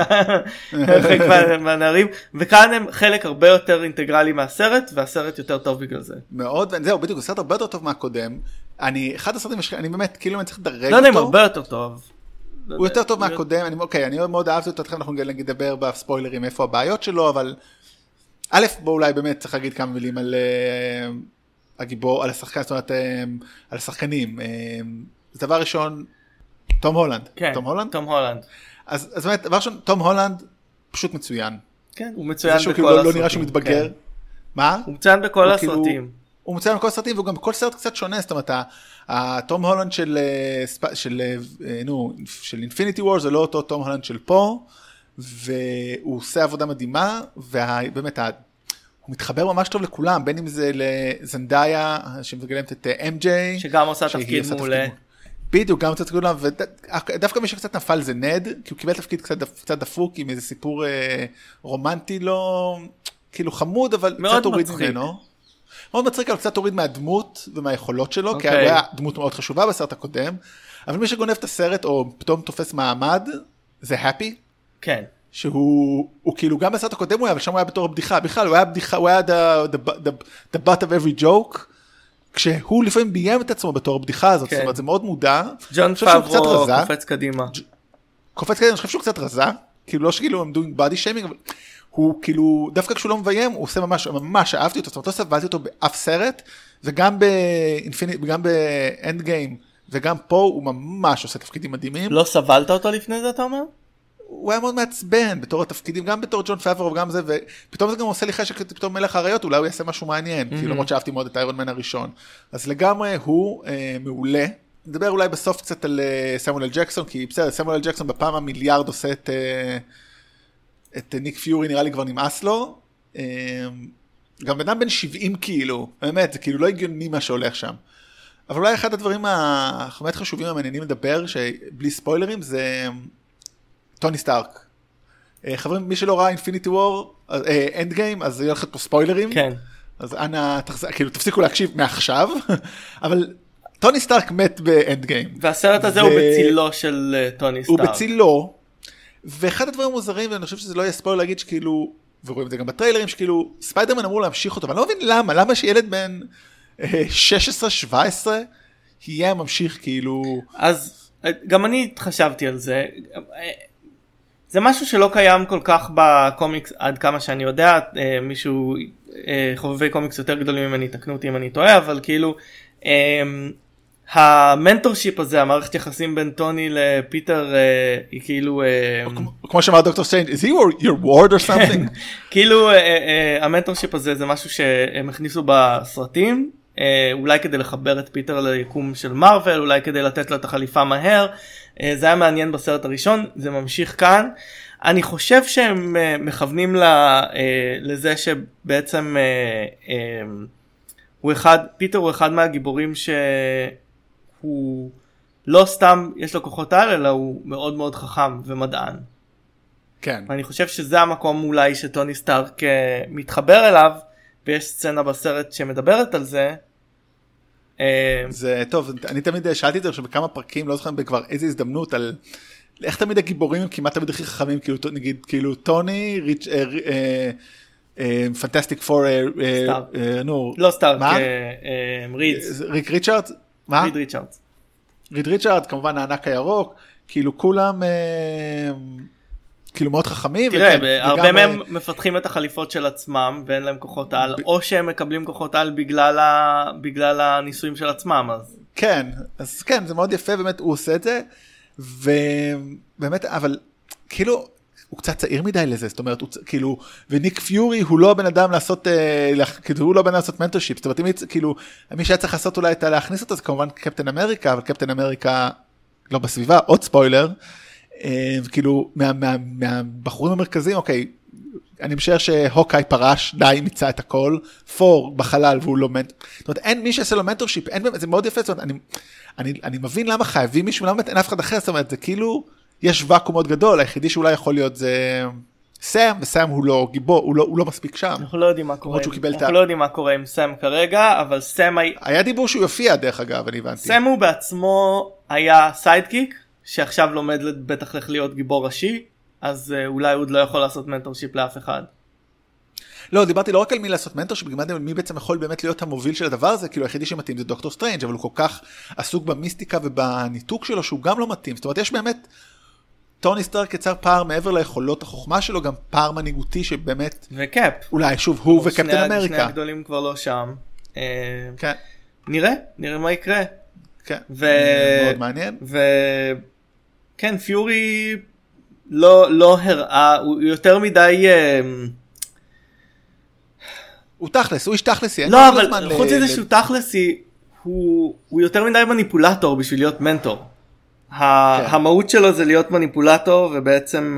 מהנערים, וכאן הם חלק הרבה יותר אינטגרלי מהסרט, והסרט יותר טוב בגלל זה. מאוד, זהו, בדיוק, הסרט הרבה יותר טוב מהקודם. אחד הסרטים, אני באמת, כאילו אני צריך לדרג אותו. לא יודע אם הרבה יותר טוב. הוא יותר טוב מהקודם, אני מאוד אהבתי אותו, אנחנו נדבר בספוילרים איפה הבעיות שלו, אבל א', בוא אולי באמת צריך להגיד כמה מילים על הגיבור, על השחקן, זאת אומרת, על השחקנים. אז דבר ראשון, תום הולנד. כן, תום הולנד? תום הולנד. אז באמת, דבר ראשון, תום הולנד פשוט מצוין. כן, הוא מצוין בכל כאילו הסרטים. לא נראה שהוא מתבגר. כן. מה? הוא מצוין בכל הסרטים. הוא מצוין בכל הסרטים, והוא גם בכל סרט קצת שונה, זאת אומרת, התום הולנד של אינפיניטי וור, זה לא אותו תום הולנד של פה, והוא עושה עבודה מדהימה, ובאמת, הוא מתחבר ממש טוב לכולם, בין אם זה לזנדאיה, שמגלמת את MJ, שגם עושה תפקיד מעולה. בדיוק, גם קצת כולם, ודווקא מי שקצת נפל זה נד, כי הוא קיבל תפקיד קצת דפוק, עם איזה סיפור רומנטי לא, כאילו חמוד, אבל קצת הוריד ממנו. מאוד מצחיק, אבל קצת הוריד מהדמות ומהיכולות שלו, כי הוא היה דמות מאוד חשובה בסרט הקודם, אבל מי שגונב את הסרט, או פתאום תופס מעמד, זה הפי. כן. שהוא כאילו גם בסרט הקודם הוא היה, אבל שם הוא היה בתור בדיחה, בכלל הוא היה בדיחה, הוא היה the butt of every joke, כשהוא לפעמים ביים את עצמו בתור הבדיחה הזאת, זאת אומרת זה מאוד מודע. ג'ון פאברו קופץ קדימה. קופץ קדימה, אני חושב שהוא קצת רזה, כאילו לא שכאילו הם doing body shaming, אבל הוא כאילו, דווקא כשהוא לא מביים, הוא עושה ממש אהבתי אותו, זאת אומרת, לא סבלתי אותו באף סרט, וגם באנד גיים, וגם פה הוא ממש עושה תפקידים מדהימים. לא סבלת אותו לפני זה, אתה אומר? הוא היה מאוד מעצבן בתור התפקידים, גם בתור ג'ון פאברו וגם זה, ופתאום זה גם עושה לי חשק פתאום מלך האריות, אולי הוא יעשה משהו מעניין, כי למרות שאהבתי מאוד את איירון מן הראשון. אז לגמרי הוא מעולה. נדבר אולי בסוף קצת על סמואל אל ג'קסון, כי בסדר, סמואל אל ג'קסון בפעם המיליארד עושה את ניק פיורי, נראה לי כבר נמאס לו. גם בן אדם בן 70 כאילו, באמת, זה כאילו לא הגיוני מה שהולך שם. אבל אולי אחד הדברים באמת חשובים המעניינים לדבר, שבלי ספוילרים, זה טוני סטארק. חברים, מי שלא ראה אינפיניטי וור, אנד גיים, אז יהיה לכם פה ספוילרים. כן. אז אנא, כאילו תפסיקו להקשיב מעכשיו, אבל טוני סטארק מת באנד גיים. והסרט הזה הוא בצילו של טוני סטארק. הוא בצילו, ואחד הדברים מוזרים, ואני חושב שזה לא יהיה ספוילר להגיד שכאילו, ורואים את זה גם בטריילרים, שכאילו ספיידרמן אמור להמשיך אותו, ואני לא מבין למה שילד בן 16-17 יהיה ממשיך כאילו... אז גם אני חשבתי על זה. זה משהו שלא קיים כל כך בקומיקס עד כמה שאני יודע, מישהו חובבי קומיקס יותר גדולים ממני, תקנו אותי אם אני טועה, אבל כאילו המנטורשיפ הזה, המערכת יחסים בין טוני לפיטר היא כאילו... כמו שאמר דוקטור סטרנג', is he your ward or something? כאילו המנטורשיפ הזה זה משהו שהם הכניסו בסרטים, אולי כדי לחבר את פיטר ליקום של מארוול, אולי כדי לתת לו את החליפה מהר, זה היה מעניין בסרט הראשון, זה ממשיך כאן. אני חושב שהם מכוונים לזה שבעצם פיטר הוא אחד מהגיבורים שהוא לא סתם יש לו כוחות על, אלא הוא מאוד מאוד חכם ומדען. כן. אני חושב שזה המקום אולי שטוני סטארק מתחבר אליו, ויש סצנה בסרט שמדברת על זה. זה טוב, אני תמיד שאלתי את זה עכשיו בכמה פרקים, לא זוכר כבר איזו הזדמנות על איך תמיד הגיבורים הם כמעט תמיד הכי חכמים, נגיד כאילו טוני, פנטסטיק פור, לא סטארק, ריד ריצ'ארדס. ריד ריצ'ארדס, כמובן הענק הירוק, כאילו כולם כאילו מאוד חכמים. תראה, הרבה מהם מפתחים את החליפות של עצמם ואין להם כוחות על, או שהם מקבלים כוחות על בגלל הניסויים של עצמם. כן, אז כן, זה מאוד יפה, באמת הוא עושה את זה, ובאמת, אבל כאילו, הוא קצת צעיר מדי לזה, זאת אומרת, כאילו, וניק פיורי הוא לא הבן אדם לעשות, כאילו, הוא לא הבן אדם לעשות מנטורשיפ, זאת אומרת, כאילו, מי שהיה צריך לעשות אולי את להכניס אותו, זה כמובן קפטן אמריקה, אבל קפטן אמריקה לא בסביבה, עוד ספוילר, וכאילו, מהבחורים המרכזיים, אוקיי, אני משער שהוקאי פרש, די, מיצה את הכל, פור בחלל והוא לא מנטור, זאת אומרת, אין מי שעשה לו מנטורשיפ, זה מאוד יפה, זאת אומרת, אני מבין למה חייבים מישהו, למה אין אף אחד אחר, זאת אומרת, זה כאילו, יש ואקום מאוד גדול, היחידי שאולי יכול להיות זה סם, וסם הוא לא גיבור, הוא לא מספיק שם. אנחנו לא יודעים מה קורה עם סם כרגע, אבל סם... היה דיבור שהוא יופיע דרך אגב, אני הבנתי. סם הוא בעצמו היה סיידקיק, שעכשיו לומד בטח לך להיות גיבור ראשי, אז אולי הוא לא יכול לעשות מנטורשיפ לאף אחד. לא, דיברתי לא רק על מי לעשות מנטורשיפ, דיברתי על מי בעצם יכול באמת להיות המוביל של הדבר הזה, כאילו היחידי שמתאים זה דוקטור סטרנג', אבל הוא כל כך עסוק במיסטיקה ובניתוק שלו, שהוא גם לא מתאים. זאת אומרת, יש באמת טוני סטארק יצר פער מעבר ליכולות החוכמה שלו, גם פער מנהיגותי שבאמת... וקאפ. אולי, שוב, הוא וקפטן אמריקה. שני הגדולים כבר לא שם. כן. נראה מה יקרה. כן, מאוד מעניין. כן, פיורי לא הראה, הוא יותר מדי... הוא תכלס, הוא איש תכלסי. לא, אבל חוץ מזה שהוא תכלסי, הוא יותר מדי מניפולטור בשביל להיות מנטור. המהות שלו זה להיות מניפולטור, ובעצם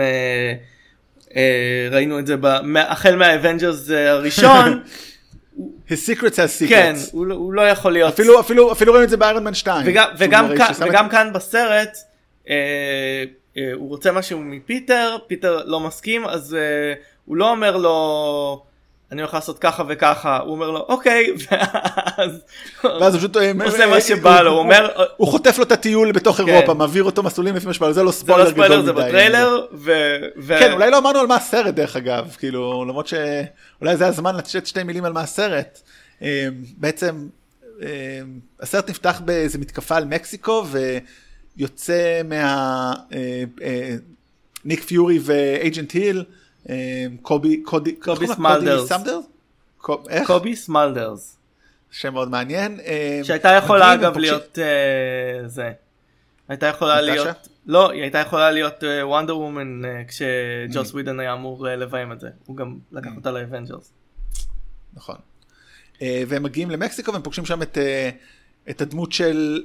ראינו את זה החל מהאבנג'רס הראשון. His secrets has secrets. כן, הוא לא יכול להיות. אפילו רואים את זה באיירון מן 2. וגם כאן בסרט, הוא רוצה משהו מפיטר, פיטר לא מסכים, אז הוא לא אומר לו, אני הולך לעשות ככה וככה, הוא אומר לו, אוקיי, ואז הוא פשוט עושה מה שבא לו, הוא חוטף לו את הטיול בתוך אירופה, מעביר אותו מסלולים לפי משפע, זה לא ספוילר גדול מדי. זה בטריילר, כן, אולי לא אמרנו על מה הסרט דרך אגב, כאילו, למרות שאולי זה הזמן לתשת שתי מילים על מה הסרט. בעצם, הסרט נפתח באיזה מתקפה על מקסיקו, ויוצא ניק פיורי ואג'נט היל, קובי סמלדרס, שם מאוד מעניין, שהייתה יכולה אגב להיות זה, הייתה יכולה להיות, לא, היא הייתה יכולה להיות וונדר וומן כשג'וס ווידן היה אמור לביים את זה, הוא גם לקח אותה לאבנג'רס. נכון. והם מגיעים למקסיקו והם פוגשים שם את הדמות של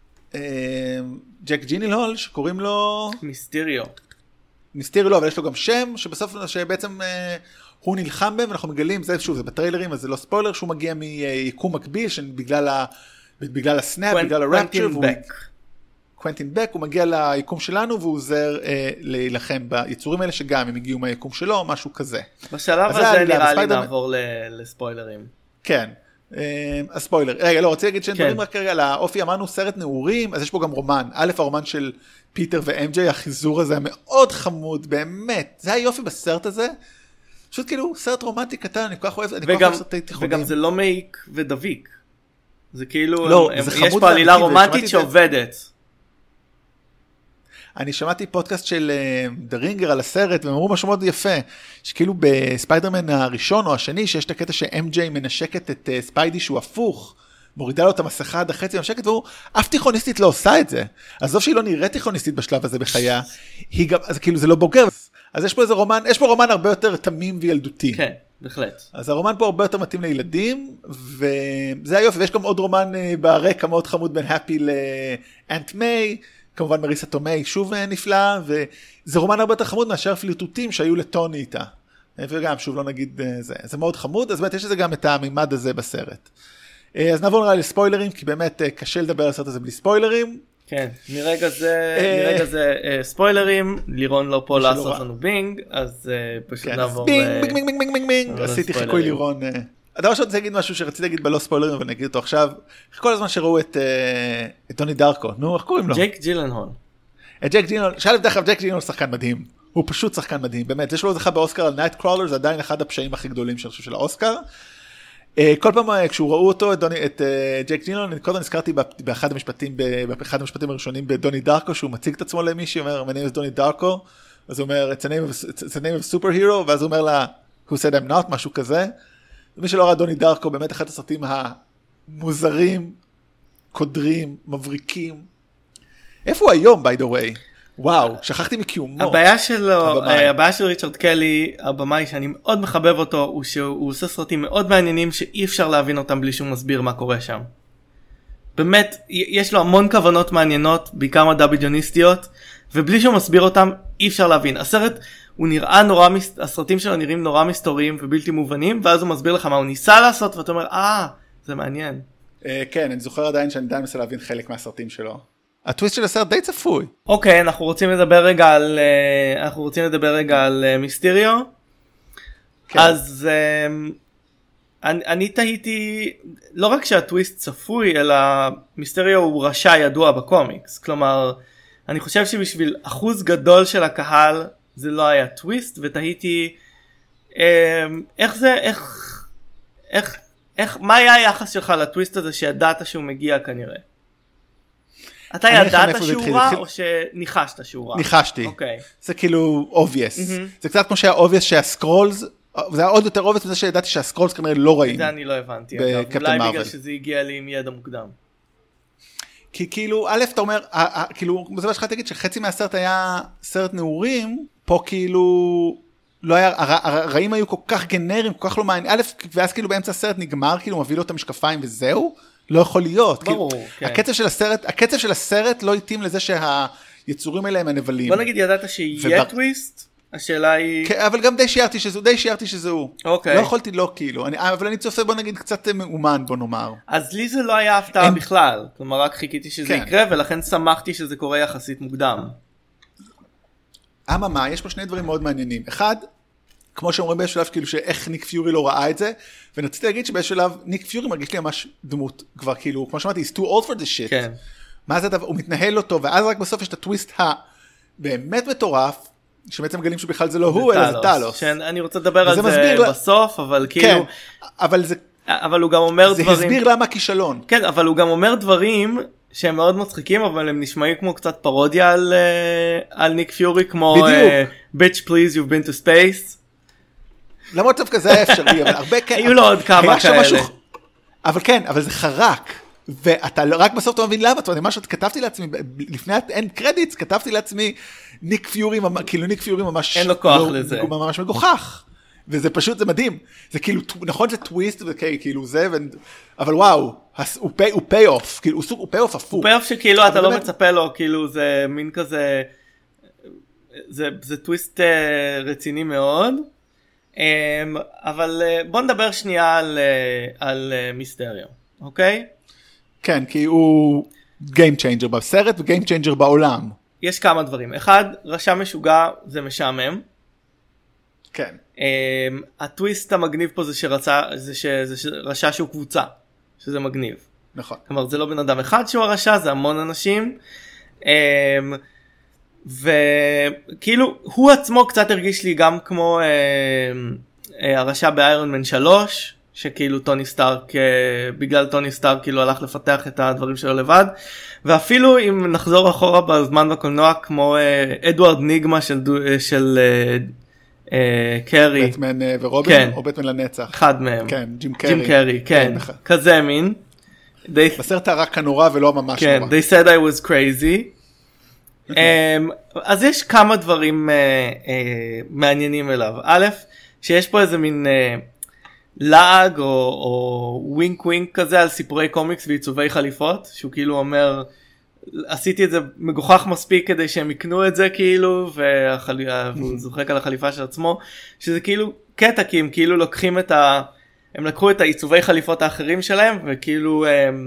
ג'ק ג'ינילהול שקוראים לו מיסטריו, אבל יש לו גם שם שבסוף שבעצם הוא נלחם בהם, ואנחנו מגלים, זה שוב, זה בטריילרים, אז זה לא ספוילר, שהוא מגיע מיקום מקביל, בגלל הסנאפ, בגלל הרפצ'ר, קוונטין בק, הוא מגיע ליקום שלנו, והוא עוזר להילחם ביצורים האלה, שגם הם הגיעו מהיקום שלו, משהו כזה. בשלב הזה נראה לי נעבור לספוילרים. כן. הספוילר. רגע, לא, רוצה להגיד שנדברים רק רגע, לאופי אמרנו סרט נעורים, אז יש פה גם רומן. א', הרומן של פיטר ואם-ג'יי, החיזור הזה המאוד חמוד, באמת. זה היופי בסרט הזה. פשוט כאילו, סרט רומנטי קטן, אני כל כך אוהב, סרטי תיכונים. וגם זה לא מעיק ודביק. זה כאילו, יש פה עלילה רומנטית שעובדת. אני שמעתי פודקאסט של דרינגר על הסרט, והם אמרו משהו מאוד יפה, שכאילו בספיידרמן הראשון או השני, שיש את הקטע ש-MJ מנשקת את ספיידי שהוא הפוך, מורידה לו את המסכה עד החצי מנשקת, והוא, אף תיכוניסטית לא עושה את זה. עזוב שהיא לא נראית תיכוניסטית בשלב הזה בחייה, היא גם, אז כאילו זה לא בוגר. אז יש פה איזה רומן, יש פה רומן הרבה יותר תמים וילדותי. כן, בהחלט. אז הרומן פה הרבה יותר מתאים לילדים, וזה היופי, ויש גם עוד רומן ברקע מאוד חמוד בין הפי לאנט מיי, כמובן מריסה תומי שוב נפלא, וזה רומן הרבה יותר חמוד מאשר פליטוטים שהיו לטוני איתה. וגם, שוב לא נגיד זה. זה מאוד חמוד, אז באמת יש לזה גם את המימד הזה בסרט. אז נעבור נראה לספוילרים, כי באמת קשה לדבר על הסרט הזה בלי ספוילרים. כן, מרגע זה ספוילרים, לירון לא פה לעשות לנו בינג, אז פשוט נעבור... בינג, בינג, בינג, בינג, בינג, עשיתי חיקוי לירון. הדבר שאני רוצה להגיד משהו שרציתי להגיד בלא ספוילרים, אבל נגיד אותו עכשיו, כל הזמן שראו את דוני דארקו, נו, איך קוראים לו? ג'ייק ג'ילנהול. את ג'ייק ג'ילנהול, שאלת דרך ג'ייק ג'ילנהול שחקן מדהים, הוא פשוט שחקן מדהים, באמת, זה שלו זכה באוסקר על נייט קרולר, זה עדיין אחד הפשעים הכי גדולים שאני חושב של האוסקר. כל פעם כשהוא ראו אותו, את ג'ייק ג'ילנהול, אני קודם נזכרתי באחד המשפטים הראשונים בדוני דארקו, שהוא מציג את עצמו למישהי, אומר, my name is דוני דארקו, אז הוא אומר, it's a name of superhero, ואז הוא אומר לה, who said I'm not, משהו כזה. מי שלא ראה דוני דארקו, באמת אחד הסרטים המוזרים, קודרים, מבריקים. איפה הוא היום, by the way? וואו, שכחתי מקיומו. הבעיה של ריצ'רד קלי, הבמאי שאני מאוד מחבב אותו, הוא שהוא עושה סרטים מאוד מעניינים, שאי אפשר להבין אותם בלי שהוא מסביר מה קורה שם. באמת, יש לו המון כוונות מעניינות, בעיקר מדע בדיוניסטיות, ובלי שהוא מסביר אותם, אי אפשר להבין. הסרט... הוא נראה הסרטים שלו נראים נורא מסתוריים ובלתי מובנים, ואז הוא מסביר לך מה הוא ניסה לעשות, ואתה אומר, זה מעניין. כן, אני זוכר עדיין שאני די מנסה להבין חלק מהסרטים שלו. הטוויסט של הסרט די צפוי. אוקיי, אנחנו רוצים לדבר רגע על מיסטריו. אז אני תהיתי, לא רק שהטוויסט צפוי, אלא מיסטריו הוא רשע ידוע בקומיקס. כלומר, אני חושב שבשביל אחוז גדול של הקהל, זה לא היה טוויסט, ותהיתי מה היה היחס שלך לטוויסט הזה שידעת שהוא מגיע כנראה? אתה ידעת שהוא או שניחשת שהוא רע? ניחשתי. אוקיי. זה כאילו obvious. זה קצת כמו שהיה obvious שהסקרולס, זה היה עוד יותר obvious מזה שידעתי שהסקרולס כנראה לא רעים. זה אני לא הבנתי. אולי בגלל שזה הגיע לי עם ידע מוקדם. כי כאילו, א', אתה אומר, כאילו, זה מה שלך תגיד, שחצי מהסרט היה סרט נעורים, פה כאילו, לא היה, הרעים היו כל כך גנריים, כל כך לא מעניין, א', ואז כאילו באמצע הסרט נגמר, כאילו מביא לו את המשקפיים וזהו, לא יכול להיות. ברור, כן. הקצב של הסרט לא התאים לזה שהיצורים האלה הם הנבלים. בוא נגיד, ידעת שיהיה טוויסט? השאלה היא... כן, אבל גם די שיערתי שזה הוא. אוקיי. לא יכולתי לא כאילו, אבל אני צופה בוא נגיד קצת מאומן בוא נאמר. אז לי זה לא היה הפתעה בכלל, כלומר רק חיכיתי שזה יקרה ולכן שמחתי שזה קורה יחסית מוקדם. אממה, יש פה שני דברים מאוד מעניינים. אחד, כמו שאומרים באיזשהו שלב כאילו שאיך ניק פיורי לא ראה את זה, ורציתי להגיד שבאיזשהו שלב ניק פיורי מרגיש לי ממש דמות כבר כאילו, כמו שאמרתי, he's too old for this shit. כן. מה זה הדבר, הוא מתנהל אותו, ואז רק בסוף יש את הטוויסט הבאמת מטורף, שבעצם מגלים שבכלל זה לא הוא, אלא זה טלוס. אני רוצה לדבר על זה בסוף, אבל כאילו... כן, אבל הוא גם אומר דברים... זה הסביר למה כישלון. כן, אבל הוא גם אומר דברים שהם מאוד מצחיקים, אבל הם נשמעים כמו קצת פרודיה על ניק פיורי, כמו... Bitch please you've been to space. למרות דווקא זה היה אפשרי, אבל הרבה כן... היו לו עוד כמה כאלה. אבל כן, אבל זה חרק. ואתה רק בסוף אתה מבין למה, אני משהו כתבתי לעצמי, לפני אין קרדיטס, כתבתי לעצמי ניק פיורי, כאילו ניק פיורי ממש... אין לו כוח לזה. הוא ממש מגוחך. וזה פשוט, זה מדהים. זה כאילו, נכון זה טוויסט, וכאילו זה, אבל וואו, הוא פי אוף, כאילו הוא פי אוף הפוך. הוא פי אוף שכאילו אתה לא מצפה לו, כאילו זה מין כזה, זה טוויסט רציני מאוד. אבל בוא נדבר שנייה על מיסטריו, אוקיי? כן, כי הוא Game Changer בסרט ו-Game Changer בעולם. יש כמה דברים. אחד, רשע משוגע זה משעמם. כן. הטוויסט המגניב פה זה רשע שהוא קבוצה, שזה מגניב. נכון. כלומר, זה לא בן אדם אחד שהוא הרשע, זה המון אנשים. וכאילו, הוא עצמו קצת הרגיש לי גם כמו הרשע באיירון מן 3, שכאילו טוני סטארק, בגלל טוני סטארק כאילו הלך לפתח את הדברים שלו לבד, ואפילו אם נחזור אחורה בזמן בקולנוע, כמו אדוארד ניגמה של קרי. בטמן ורובין, כן. או בטמן לנצח? אחד מהם. כן, ג'ים קרי, כן, כזה מין. בסרט הרק הנורא ולא ממש כן, נורא. they said I was crazy. אז יש כמה דברים מעניינים אליו. א', שיש פה איזה מין לעג או ווינק ווינק כזה על סיפורי קומיקס ועיצובי חליפות, שהוא כאילו אומר, עשיתי את זה מגוחך מספיק כדי שהם יקנו את זה כאילו, והוא זוחק על החליפה של עצמו, שזה כאילו קטע, כי הם כאילו לוקחים הם לקחו את העיצובי חליפות האחרים שלהם, וכאילו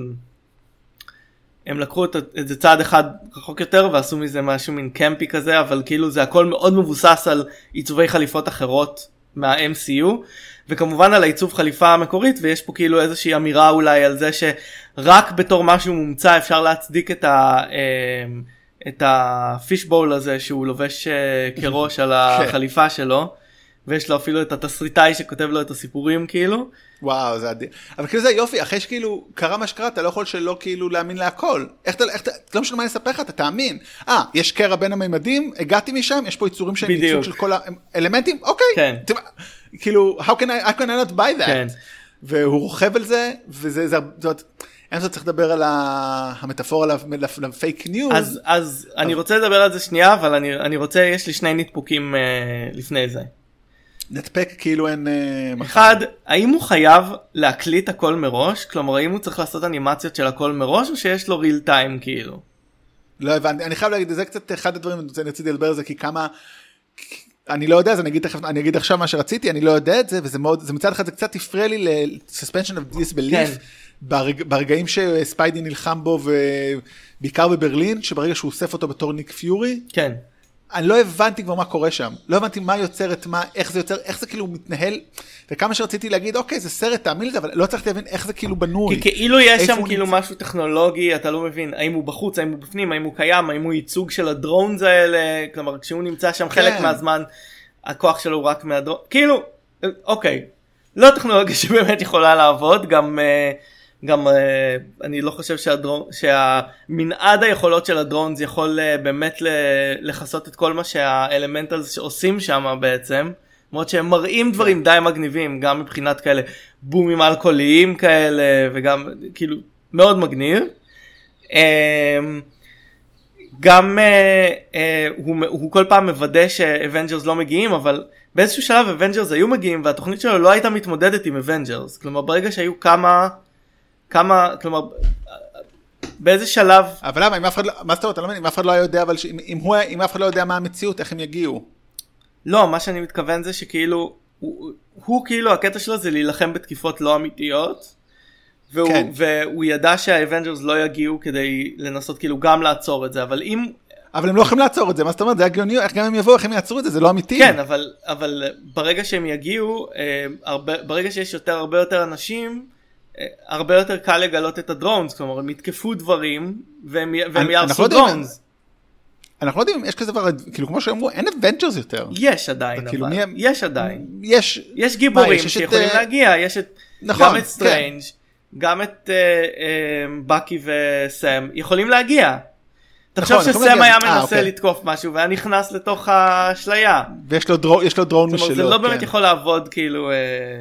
הם לקחו את זה צעד אחד רחוק יותר, ועשו מזה משהו מין קמפי כזה, אבל כאילו זה הכל מאוד מבוסס על עיצובי חליפות אחרות מה-MCU, וכמובן על העיצוב חליפה המקורית, ויש פה כאילו איזושהי אמירה אולי על זה שרק בתור משהו מומצא אפשר להצדיק את הפישבול הזה שהוא לובש כראש על החליפה שלו, ויש לו אפילו את התסריטאי שכותב לו את הסיפורים כאילו. וואו, זה אדיר. אבל כאילו זה יופי, אחרי שכאילו קרה מה שקרה, אתה לא יכול שלא כאילו להאמין להכל. לא משנה מה נספר לך, אתה תאמין. יש קרע בין הממדים, הגעתי משם, יש פה יצורים שהם ייצוג של כל האלמנטים, אוקיי. כן. כאילו, how can I not buy that? כן. והוא רוכב על זה, וזה, אין זאת צריך לדבר על המטאפורה לפייק ניוז. אז אני רוצה לדבר על זה שנייה, אבל אני רוצה, יש לי שני נדפוקים לפני זה. נדפק כאילו אין... אחד, האם הוא חייב להקליט הכל מראש? כלומר, האם הוא צריך לעשות אנימציות של הכל מראש, או שיש לו ריל טיים כאילו? לא הבנתי, אני חייב להגיד, זה קצת אחד הדברים, אני רציתי לדבר על זה, כי כמה... אני לא יודע, אז אני אגיד עכשיו מה שרציתי, אני לא יודע את זה, וזה מאוד, זה מצד אחד, זה קצת הפריע לי ל-suspension of disbelief, ברגעים שספיידי נלחם בו, ובעיקר בברלין, שברגע שהוא אוסף אותו בתור ניק פיורי, כן. אני לא הבנתי כבר מה קורה שם, לא הבנתי מה יוצר את מה, איך זה יוצר, איך זה כאילו מתנהל, וכמה שרציתי להגיד, אוקיי, זה סרט, תאמין לזה, אבל לא הצלחתי להבין איך זה כאילו בנוי. כי כאילו יש שם כאילו משהו טכנולוגי, אתה לא מבין, האם הוא בחוץ, האם הוא בפנים, האם הוא קיים, האם הוא ייצוג של הדרונס האלה, כלומר, כשהוא נמצא שם חלק מהזמן, הכוח שלו הוא רק מהדרונס, כאילו, אוקיי, לא טכנולוגיה שבאמת יכולה לעבוד, גם גם אני לא חושב שהמנעד היכולות של הדרונס יכול באמת לחסות את כל מה שהאלמנטלס עושים שם בעצם, למרות שהם מראים דברים די מגניבים, גם מבחינת כאלה בומים אלכוהוליים כאלה, וגם כאילו מאוד מגניב. גם הוא כל פעם מוודא שאבנג'רס לא מגיעים, אבל באיזשהו שלב אבנג'רס היו מגיעים, והתוכנית שלו לא הייתה מתמודדת עם אבנג'רס. כלומר, ברגע שהיו כמה, כלומר, באיזה שלב... אבל למה, מה זאת אומרת, אני לא מבין, אם אף אחד לא יודע, אבל אם אף אחד לא יודע מה המציאות, איך הם יגיעו? לא, מה שאני מתכוון זה שכאילו, הוא כאילו, הקטע שלו זה להילחם בתקיפות לא אמיתיות, והוא ידע שהאבנג'רס לא יגיעו כדי לנסות כאילו גם לעצור את זה, אבל הם לא יכולים לעצור את זה, מה זאת אומרת, זה הגיוני, איך גם הם יבואו, איך הם יעצרו את זה, זה לא אמיתי. כן, אבל ברגע שהם יגיעו, ברגע שיש הרבה יותר אנשים, הרבה יותר קל לגלות את הדרונס, כלומר, הם יתקפו דברים, והם יערסו דרונס. אנחנו לא יודעים אם יש כזה דבר, כאילו כמו שאמרו, אין אבנג'רס יותר. יש עדיין, אבל יש עדיין. יש גיבורים שיכולים להגיע, יש גם את סטרנג', גם את בקי וסם, יכולים להגיע. תחשוב שסם היה מנסה לתקוף משהו, והיה נכנס לתוך האשליה. ויש לו דרון משלו. זה לא באמת יכול לעבוד כאילו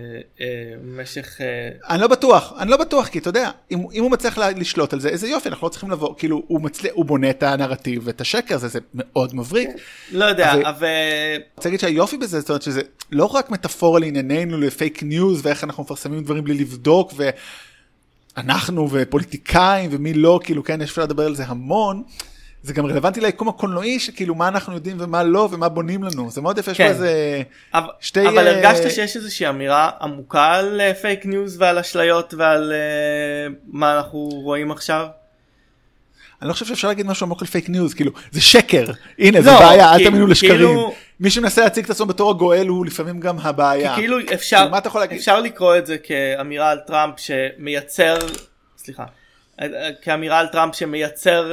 במשך... אני לא בטוח, כי אתה יודע, אם הוא מצליח לשלוט על זה, איזה יופי, אנחנו לא צריכים לבוא, כאילו הוא בונה את הנרטיב ואת השקר הזה, זה מאוד מבריק. לא יודע, אבל... אני רוצה להגיד שהיופי בזה, זאת אומרת שזה לא רק מטאפורה לענייננו, לפייק ניוז, ואיך אנחנו מפרסמים דברים בלי לבדוק, ואנחנו ופוליטיקאים ומי לא, כאילו כן, אפשר לדבר על זה המון. זה גם רלוונטי ליקום הקולנועי, שכאילו מה אנחנו יודעים ומה לא, ומה בונים לנו. זה מאוד יפה, יש פה איזה שתי... אבל הרגשת שיש איזושהי אמירה עמוקה על פייק ניוז ועל אשליות ועל מה אנחנו רואים עכשיו? אני לא חושב שאפשר להגיד משהו עמוק על פייק ניוז, כאילו, זה שקר. הנה, זה בעיה, אל תאמינו לשקרים. מי שמנסה להציג את עצמו בתור הגואל, הוא לפעמים גם הבעיה. כי כאילו אפשר לקרוא את זה כאמירה על טראמפ שמייצר, סליחה, כאמירה על טראמפ שמייצר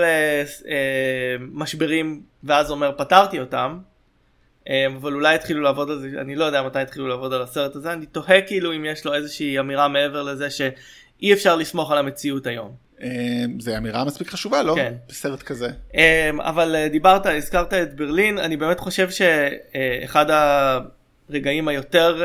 משברים ואז אומר פתרתי אותם, אבל אולי התחילו לעבוד על זה, אני לא יודע מתי התחילו לעבוד על הסרט הזה, אני תוהה כאילו אם יש לו איזושהי אמירה מעבר לזה שאי אפשר לסמוך על המציאות היום. זה אמירה מספיק חשובה, לא? כן. בסרט כזה. אבל הזכרת את ברלין, אני באמת חושב שאחד הרגעים היותר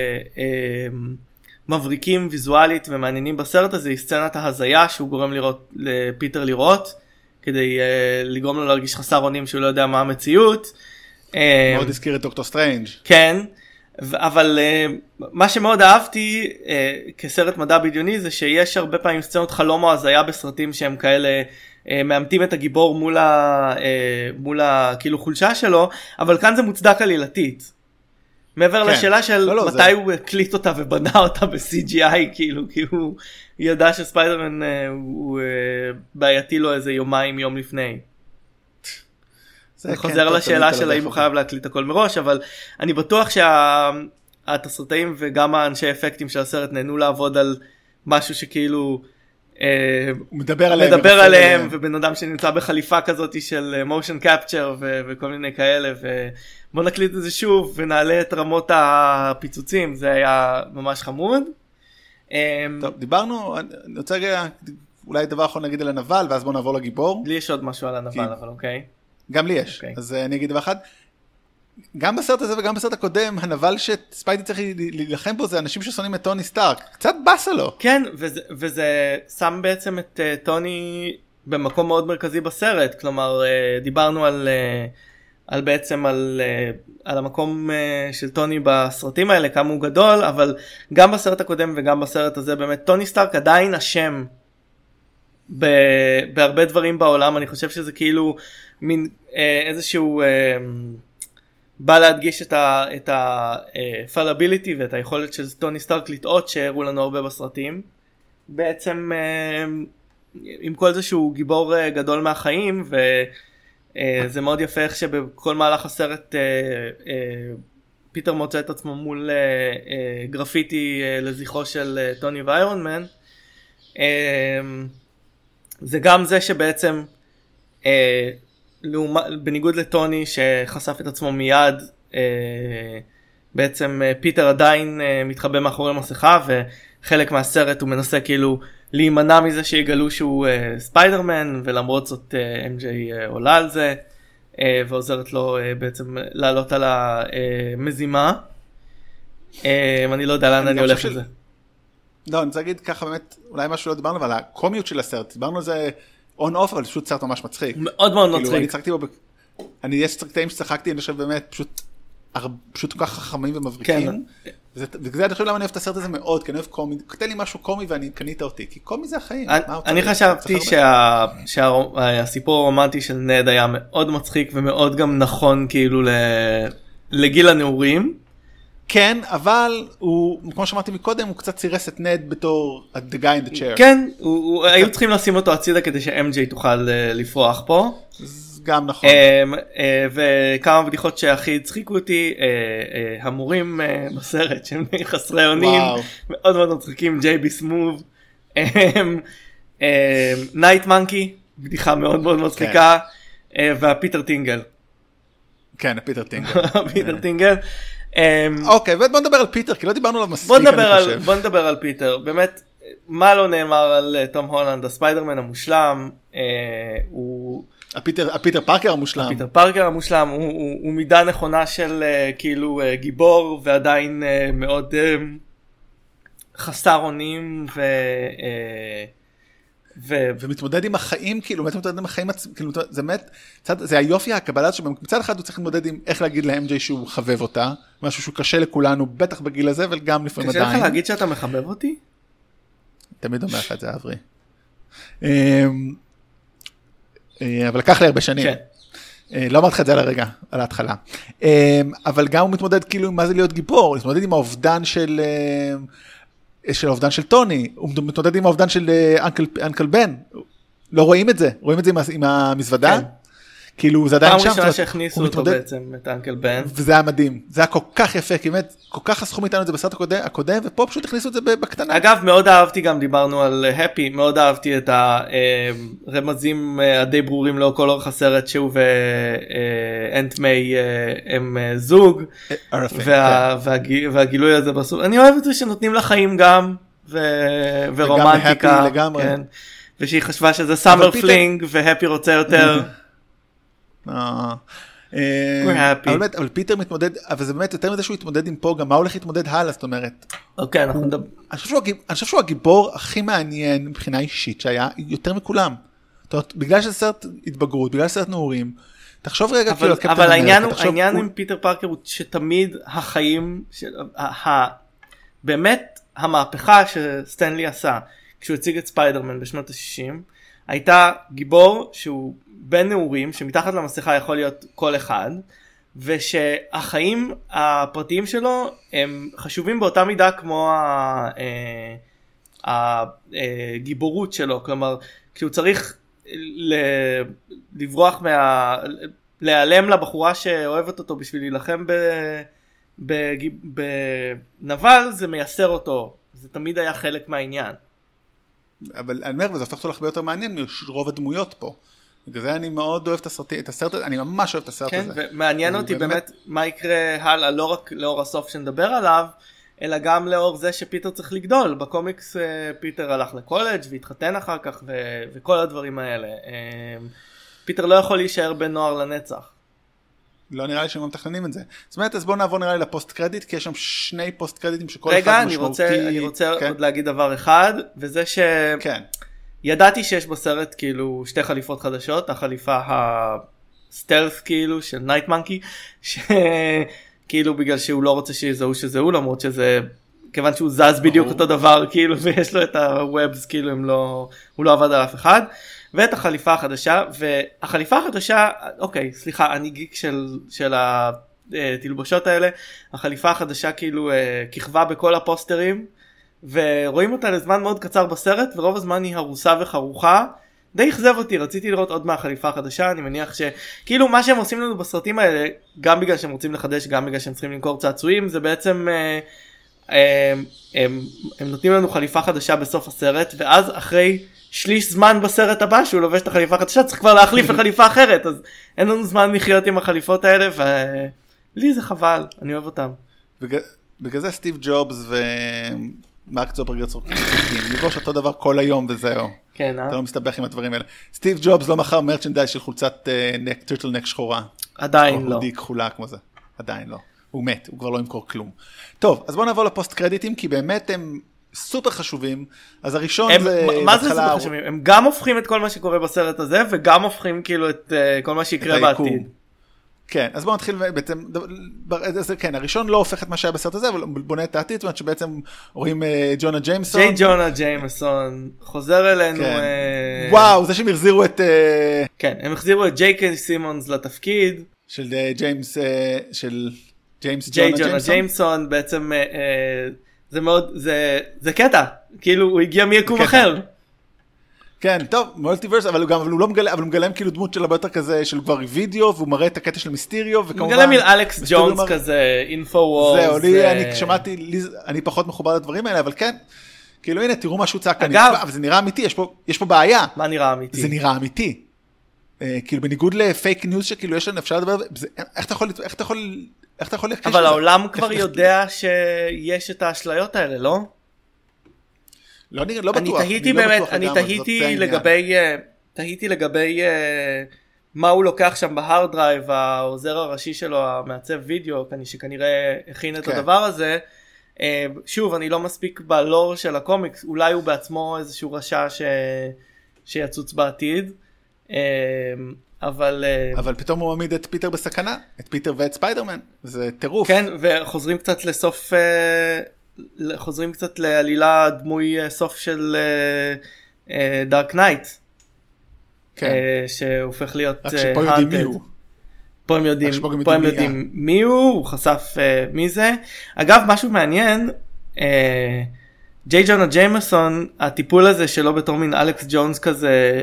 מבריקים ויזואלית ומעניינים בסרט הזה היא סצנת ההזיה שהוא גורם לפיטר לראות כדי לגרום לו להרגיש חסר אונים שהוא לא יודע מה המציאות. מאוד הזכיר את דוקטור סטרנג'. כן, אבל מה שמאוד אהבתי כסרט מדע בדיוני זה שיש הרבה פעמים סצנות חלום או הזיה בסרטים שהם כאלה מאמתים את הגיבור מול כאילו חולשה שלו, אבל כאן זה מוצדק עלילתית. מעבר לשאלה של מתי הוא הקליט אותה ובנה אותה ב-CGI, כאילו, כי הוא ידע שספיידרמן הוא בעייתי לו איזה יום לפני. זה חוזר לשאלה של האם הוא חייב להקליט הכל מראש, אבל אני בטוח שהתסרטאים וגם האנשי אפקטים של הסרט נהנו לעבוד על משהו שכאילו הוא מדבר עליהם, ובן אדם שנמצא בחליפה כזאת של motion capture וכל מיני כאלה, ובוא נקליט את זה שוב ונעלה את רמות הפיצוצים, זה היה ממש חמוד. טוב, דיברנו, אני רוצה רגע, אולי דבר אחרון נגיד על הנבל, ואז בוא נעבור לגיבור. לי יש עוד משהו על הנבל, אבל אוקיי. גם לי יש, אז אני אגיד דבר אחד. גם בסרט הזה וגם בסרט הקודם, הנבל שספיידי צריך להילחם בו זה אנשים ששונאים את טוני סטארק. קצת בסה לו. כן, וזה שם בעצם את טוני במקום מאוד מרכזי בסרט. כלומר, דיברנו בעצם על המקום של טוני בסרטים האלה, כמה הוא גדול, אבל גם בסרט הקודם וגם בסרט הזה באמת טוני סטארק עדיין אשם בהרבה דברים בעולם. אני חושב שזה כאילו מין איזשהו בא להדגיש את ה-fallibility ואת היכולת של טוני סטארק לטעות שהראו לנו הרבה בסרטים. בעצם עם כל זה שהוא גיבור גדול מהחיים, וזה מאוד יפה איך שבכל מהלך הסרט פיטר מוצא את עצמו מול גרפיטי לזכרו של טוני ואיירון מן. זה גם זה שבעצם בניגוד לטוני שחשף את עצמו מיד, בעצם פיטר עדיין מתחבא מאחורי מסכה, חלק מהסרט הוא מנסה כאילו להימנע מזה שיגלו שהוא ספיידרמן, ולמרות זאת MJ עולה על זה, ועוזרת לו בעצם לעלות על המזימה. אני לא יודע לאן אני הולך לזה. לא, אני רוצה להגיד ככה באמת, אולי משהו לא דיברנו, אבל הקומיות של הסרט, דיברנו על זה on-off, אבל פשוט סרט ממש מצחיק. מאוד מאוד מצחיק. אני צחקתי בו, יש קטעים שצחקתי, אני חושב באמת, פשוט כל כך חכמים ומבריקים. וזה אני חושב למה אני אוהב את הסרט הזה מאוד, כי אני אוהב קומי, כתן לי משהו קומי ואני קנית אותי, כי קומי זה החיים. אני חשבתי שהסיפור הרומנטי של נד היה מאוד מצחיק ומאוד גם נכון כאילו לגיל הנעורים. כן, אבל הוא, כמו שאמרתי מקודם, הוא קצת סירס את נד בתור the guy in the chair. כן, היו צריכים לשים אותו הצידה כדי ש-MJ תוכל לפרוח פה. גם נכון. וכמה בדיחות שהכי הצחיקו אותי, המורים בסרט שהם חסרי אונים, מאוד מאוד מצחיקים, ג'יי-בי סמוב, נייט מנקי, בדיחה מאוד מאוד מצחיקה, והפיטר טינגל. כן, הפיטר טינגל. הפיטר טינגל. אוקיי, בוא נדבר על פיטר, כי לא דיברנו עליו מספיק, אני חושב. בוא נדבר על פיטר, באמת, מה לא נאמר על תום הולנד, הספיידרמן המושלם, הוא... הפיטר פארקר המושלם. הפיטר פארקר המושלם, הוא מידה נכונה של כאילו גיבור, ועדיין מאוד חסר אונים, ומתמודד עם החיים, כאילו, מתמודד עם החיים, כאילו, זה באמת, זה היופי הקבלה, שמצד אחד הוא צריך להתמודד עם איך להגיד ל-MJ שהוא חבב אותה, משהו שהוא קשה לכולנו, בטח בגיל הזה, אבל גם לפעמים עדיין. קשה לך להגיד שאתה מחבב אותי? תמיד אומר לך את זה, אברי. אבל לקח לי הרבה שנים. לא אמרתי לך את זה על הרגע, על ההתחלה. אבל גם הוא מתמודד כאילו עם מה זה להיות גיבור, הוא מתמודד עם האובדן של האובדן של טוני, הוא מתמודד עם האובדן של אנקל בן. לא רואים את זה, רואים את זה עם המזוודה. כאילו זה עדיין שם. פעם ראשונה שהכניסו אותו בעצם, את אנקל בן. וזה היה מדהים, זה היה כל כך יפה, כי באמת, כל כך חסכו מאיתנו את זה בסרט הקודם, ופה פשוט הכניסו את זה בקטנה. אגב, מאוד אהבתי, גם דיברנו על הפי, מאוד אהבתי את הרמזים הדי ברורים לאור כל אורך הסרט, שהוא ואנט מיי הם זוג, והגילוי הזה בסוף. אני אוהב את זה שנותנים לחיים גם, ורומנטיקה. ושהיא חשבה שזה סאמר פלינג, והפי רוצה יותר. אבל פיטר מתמודד, אבל זה באמת יותר מזה שהוא התמודד עם פה, גם מה הולך להתמודד הלאה, זאת אומרת. אוקיי, אנחנו נדבר. אני חושב שהוא הגיבור הכי מעניין מבחינה אישית, שהיה יותר מכולם. בגלל שזה סרט התבגרות, בגלל סרט נעורים, תחשוב רגע, אבל העניין עם פיטר פארקר הוא שתמיד החיים, באמת המהפכה שסטנלי עשה, כשהוא הציג את ספיידרמן בשנות ה-60, הייתה גיבור שהוא בין נעורים, שמתחת למסכה יכול להיות כל אחד, ושהחיים הפרטיים שלו הם חשובים באותה מידה כמו הגיבורות שלו, כלומר, כשהוא צריך לברוח להיעלם לבחורה שאוהבת אותו בשביל להילחם בנבל, זה מייסר אותו, זה תמיד היה חלק מהעניין. אבל אני אומר, וזה הופך לך ביותר מעניין מרוב הדמויות פה. בגלל זה אני מאוד אוהב את הסרט הזה, אני ממש אוהב את הסרט הזה. כן, ומעניין אותי באמת מה יקרה הלאה, לא רק לאור הסוף שנדבר עליו, אלא גם לאור זה שפיטר צריך לגדול. בקומיקס פיטר הלך לקולג' והתחתן אחר כך, וכל הדברים האלה. פיטר לא יכול להישאר בן נוער לנצח. לא נראה לי שהם מתכננים את זה. זאת אומרת, אז בואו נעבור נראה לי לפוסט קרדיט, כי יש שם 2 פוסט קרדיטים שכל אחד משמעותי. רגע, אני רוצה עוד להגיד דבר אחד, וזה ידעתי שיש בסרט כאילו 2 חליפות חדשות, החליפה הסטלף כאילו של נייט מנקי, שכאילו בגלל שהוא לא רוצה שיזהו שזה הוא, למרות שזה, כיוון שהוא זז בדיוק אותו דבר כאילו, ויש לו את הוובס כאילו, הוא לא עבד על אף אחד, ואת החליפה החדשה, והחליפה החדשה, אוקיי, סליחה, אני גיק של התלבושות האלה, החליפה החדשה כאילו כיכבה בכל הפוסטרים, ורואים אותה לזמן מאוד קצר בסרט, ורוב הזמן היא הרוסה וחרוכה, די אכזב אותי, רציתי לראות עוד מהחליפה החדשה, אני מניח שכאילו מה שהם עושים לנו בסרטים האלה, גם בגלל שהם רוצים לחדש, גם בגלל שהם צריכים למכור צעצועים, זה בעצם, הם נותנים לנו חליפה חדשה בסוף הסרט, ואז אחרי שליש זמן בסרט הבא, שהוא לובש את החליפה החדשה, צריך כבר להחליף לחליפה אחרת, אז אין לנו זמן לחיות עם החליפות האלה, ולי זה חבל, אני אוהב אותם. בגלל זה סטיב ג'ובס מרק צוקרברג צוחקים, לבוש אותו דבר כל היום וזהו. כן, אתה לא מסתבך עם הדברים האלה. סטיב ג'ובס לא מכר מרצ'נדייז של חולצת טרטלנק שחורה. עדיין לא. או הודי כחולה כמו זה. עדיין לא. הוא מת, הוא כבר לא ימכור כלום. טוב, אז בואו נעבור לפוסט קרדיטים, כי באמת הם סופר חשובים. אז הראשון זה... מה זה סופר חשובים? הם גם הופכים את כל מה שקורה בסרט הזה, וגם הופכים כאילו את כל מה שיקרה בעתיד. כן, אז בואו נתחיל בעצם, כן, הראשון לא הופך את מה שהיה בסרט הזה, אבל בונה את העתיד, זאת אומרת שבעצם רואים ג'ונה ג'יימסון. ג'ונה ג'יימסון חוזר אלינו. וואו, זה שהם החזירו את... כן, הם החזירו את ג'יי סימונס לתפקיד. של ג'יימס ג'ונה ג'יימסון, בעצם זה מאוד, זה קטע, כאילו הוא הגיע מיקום אחר. כן, טוב, מולטיברס, אבל הוא לא מגלם, אבל הוא מגלם כאילו דמות של הרבה יותר כזה, של כבר וידאו, והוא מראה את הקטע של מיסטריו, וכמובן... הוא מגלם אלכס ג'ונס כזה, אינפו-וורס. זהו, אני שמעתי, אני פחות מחובר לדברים האלה, אבל כן, כאילו הנה, תראו משהו צעק, אבל זה נראה אמיתי, יש פה בעיה. מה נראה אמיתי? זה נראה אמיתי. כאילו בניגוד לפייק ניוז שכאילו יש לנו, אפשר לדבר, איך אתה יכול להקש אבל העולם כבר יודע שיש את האשליות האלה, לא? לא בטוח. אני תהיתי לגבי מה הוא לוקח שם בהארד דרייב, העוזר הראשי שלו, המעצב וידאו, שכנראה הכין את הדבר הזה. שוב, אני לא מספיק בלור של הקומיקס, אולי הוא בעצמו איזשהו רשע שיצוץ בעתיד. אבל פתאום הוא מעמיד את פיטר בסכנה, את פיטר ואת ספיידרמן, זה טירוף. כן, וחוזרים קצת לסוף, חוזרים קצת לעלילה דמוי סוף של דארק נייט, שהופך להיות האנטד. פה הם יודעים מי הוא חשף מי זה. אגב, משהו מעניין, ג'יי ג'ונה ג'יימסון, הטיפול הזה שלו בתור מין אלכס ג'ונס כזה,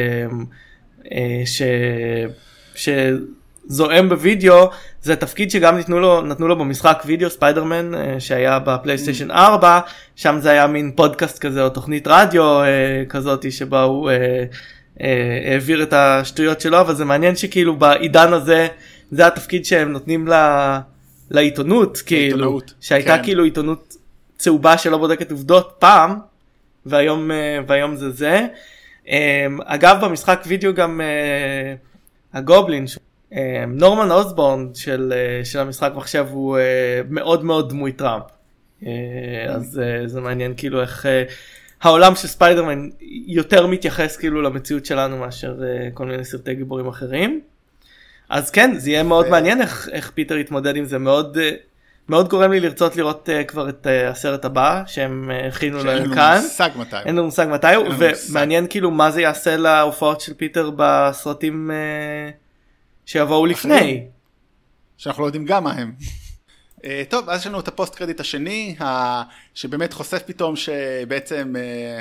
שזועם בווידאו, זה תפקיד שגם נתנו לו במשחק וידאו ספיידרמן שהיה בפלייסטיישן 4, שם זה היה מין פודקאסט כזה או תוכנית רדיו כזאת שבה הוא העביר את השטויות שלו, אבל זה מעניין שכאילו בעידן הזה זה התפקיד שהם נותנים לעיתונות, כאילו, שהייתה כאילו עיתונות צהובה שלא בודקת עובדות פעם, והיום זה. אגב, במשחק וידאו גם הגובלין, נורמן אוסבורן של המשחק מחשב הוא מאוד מאוד דמוי טראמפ. אז זה מעניין כאילו איך העולם של ספיידרמן יותר מתייחס כאילו למציאות שלנו מאשר כל מיני סרטי גיבורים אחרים. אז כן, זה יהיה מאוד מעניין איך פיטר יתמודד עם זה. מאוד גורם לי לרצות לראות כבר את הסרט הבא שהם הכינו כאן. אין לנו מושג מתי הוא, ומעניין כאילו מה זה יעשה להופעות של פיטר בסרטים שיבואו לפני. שאנחנו לא יודעים גם מה הם. טוב, אז יש לנו את הפוסט קרדיט השני, שבאמת חושף פתאום שבעצם,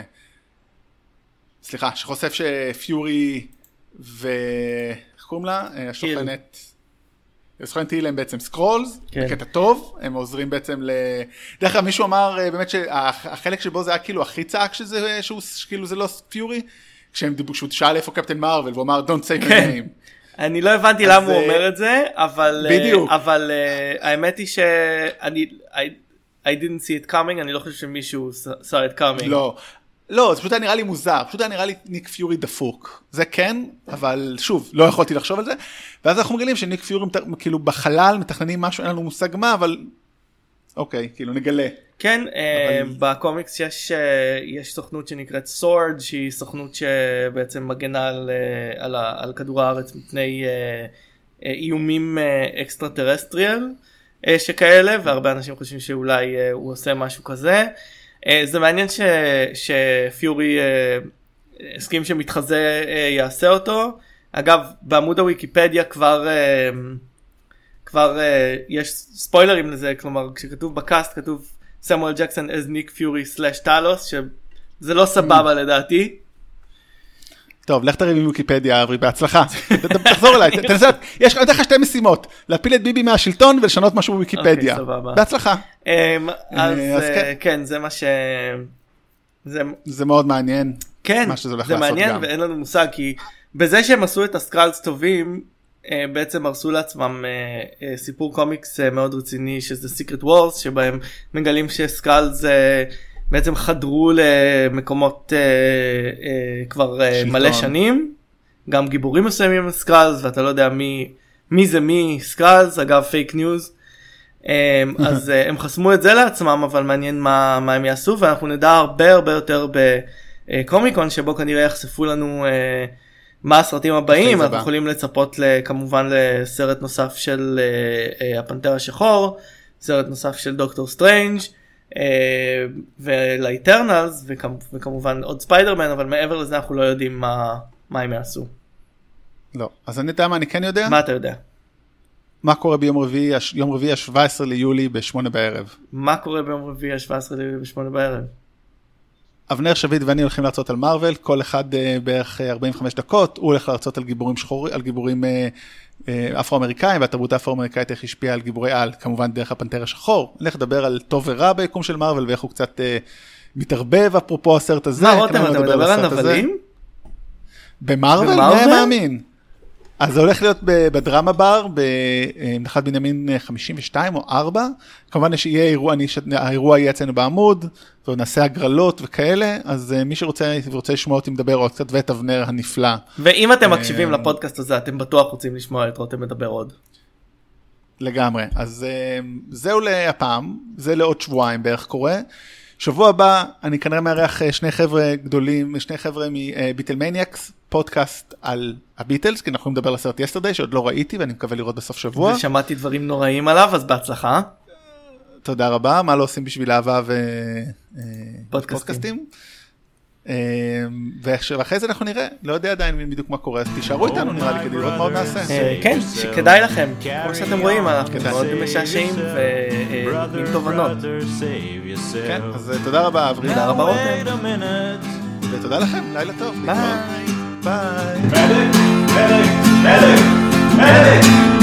שחושף שפיורי איך קוראים לה? השוכנת תהילה הם בעצם סקרולס, בקטע טוב, הם עוזרים בעצם דרך כלל מישהו אמר באמת שהחלק שבו זה היה כאילו הכי צעק שכאילו זה לא פיורי, כשהם דיברו שהוא שאל איפה קפטן מרוול, והוא אמר don't say her name. אני לא הבנתי למה הוא אומר את זה, אבל האמת היא I didn't see it coming, אני לא חושב שמישהו saw it coming. לא, זה פשוט היה נראה לי מוזר, פשוט היה נראה לי ניק פיורי דפוק. זה כן, אבל שוב, לא יכולתי לחשוב על זה. ואז אנחנו מגלים שניק פיורי כאילו בחלל מתכננים משהו, אין לנו מושג מה, אבל אוקיי, כאילו נגלה. כן, בקומיקס יש סוכנות שנקראת סורד, שהיא סוכנות שבעצם מגנה על כדור הארץ מפני איומים אקסטרטרסטריאל שכאלה, והרבה אנשים חושבים שאולי הוא עושה משהו כזה. זה מעניין שפיורי הסכים שמתחזה יעשה אותו. אגב, בעמוד הוויקיפדיה כבר יש ספוילרים לזה, כלומר כשכתוב בקאסט כתוב סמואל ג'קסון as ניק פיורי / טלוס, שזה לא סבבה לדעתי. טוב, לך תריב עם ויקיפדיה, אברי, בהצלחה. תחזור אליי, יש לך שתי משימות, להפיל את ביבי מהשלטון ולשנות משהו בוויקיפדיה. בהצלחה. אז כן, זה מה ש... זה מאוד מעניין. כן, זה מעניין ואין לנו מושג, כי בזה שהם עשו את הסקרלס טובים, בעצם הרסו לעצמם סיפור קומיקס מאוד רציני, שזה Secret Wars, שבהם מגלים שסקרלס בעצם חדרו למקומות כבר מלא שנים, גם גיבורים מסוימים סקרלס, ואתה לא יודע מי זה מי סקרלס, אגב פייק ניוז, אז הם חסמו את זה לעצמם, אבל מעניין מה הם יעשו, ואנחנו נדע הרבה יותר בקומיקון, שבו כנראה יחשפו לנו מה הסרטים הבאים. אנחנו יכולים לצפות כמובן לסרט נוסף של הפנתר השחור, סרט נוסף של דוקטור סטרנג' ולאיטרנלס, וכמובן עוד ספיידרמן, אבל מעבר לזה אנחנו לא יודעים מה הם יעשו. לא, אז אני יודע מה אני כן יודע. מה אתה יודע? מה קורה ביום רביעי, יום רביעי ה-17 ליולי ב-8 בערב? מה קורה ביום רביעי ה-17 ליולי ב-8 בערב? אבנר שביט ואני הולכים להרצות על מארוול, כל אחד בערך 45 דקות, הוא הולך להרצות על גיבורים שחורים, על גיבורים אפרו-אמריקאים, והתרבות האפרו-אמריקאית איך השפיעה על גיבורי על, כמובן דרך הפנתר השחור. נלך לדבר על טוב ורע ביקום של מארוול, ואיך הוא קצת מתערבב, אפרופו הסרט הזה. מה רותם, אתה מדבר על נבלים? במארוול? מי מאמין? אז זה הולך להיות בדרמה בר, בנחת בנימין 52 או 4, כמובן שיהיה אירוע, האירוע יהיה אצלנו בעמוד, ונעשה הגרלות וכאלה, אז מי שרוצה לשמוע אותי מדבר עוד קצת, ואת אבנר הנפלא. ואם אתם מקשיבים לפודקאסט הזה, אתם בטוח רוצים לשמוע את רותם מדבר עוד. לגמרי, אז זהו להפעם, זה לעוד שבועיים בערך קורה. שבוע הבא אני כנראה מארח שני חבר'ה גדולים, שני חבר'ה מביטלמניאקס, פודקאסט על הביטלס, כי אנחנו נדבר לסרט יסטרדי, שעוד לא ראיתי ואני מקווה לראות בסוף שבוע. ושמעתי דברים נוראים עליו, אז בהצלחה. תודה רבה, מה לא עושים בשביל אהבה ופודקאסטים. ואחרי זה אנחנו נראה, לא יודע עדיין בדיוק מה קורה, אז תישארו איתנו נראה לי כדי לראות מה עוד נעשה. כן, שכדאי לכם, כמו שאתם רואים, אנחנו מאוד משעשעים ונותנים תובנות. כן, אז תודה רבה אברי. תודה רבה רותם. ותודה לכם, לילה טוב. ביי. ביי. Medic, medic, medic, medic.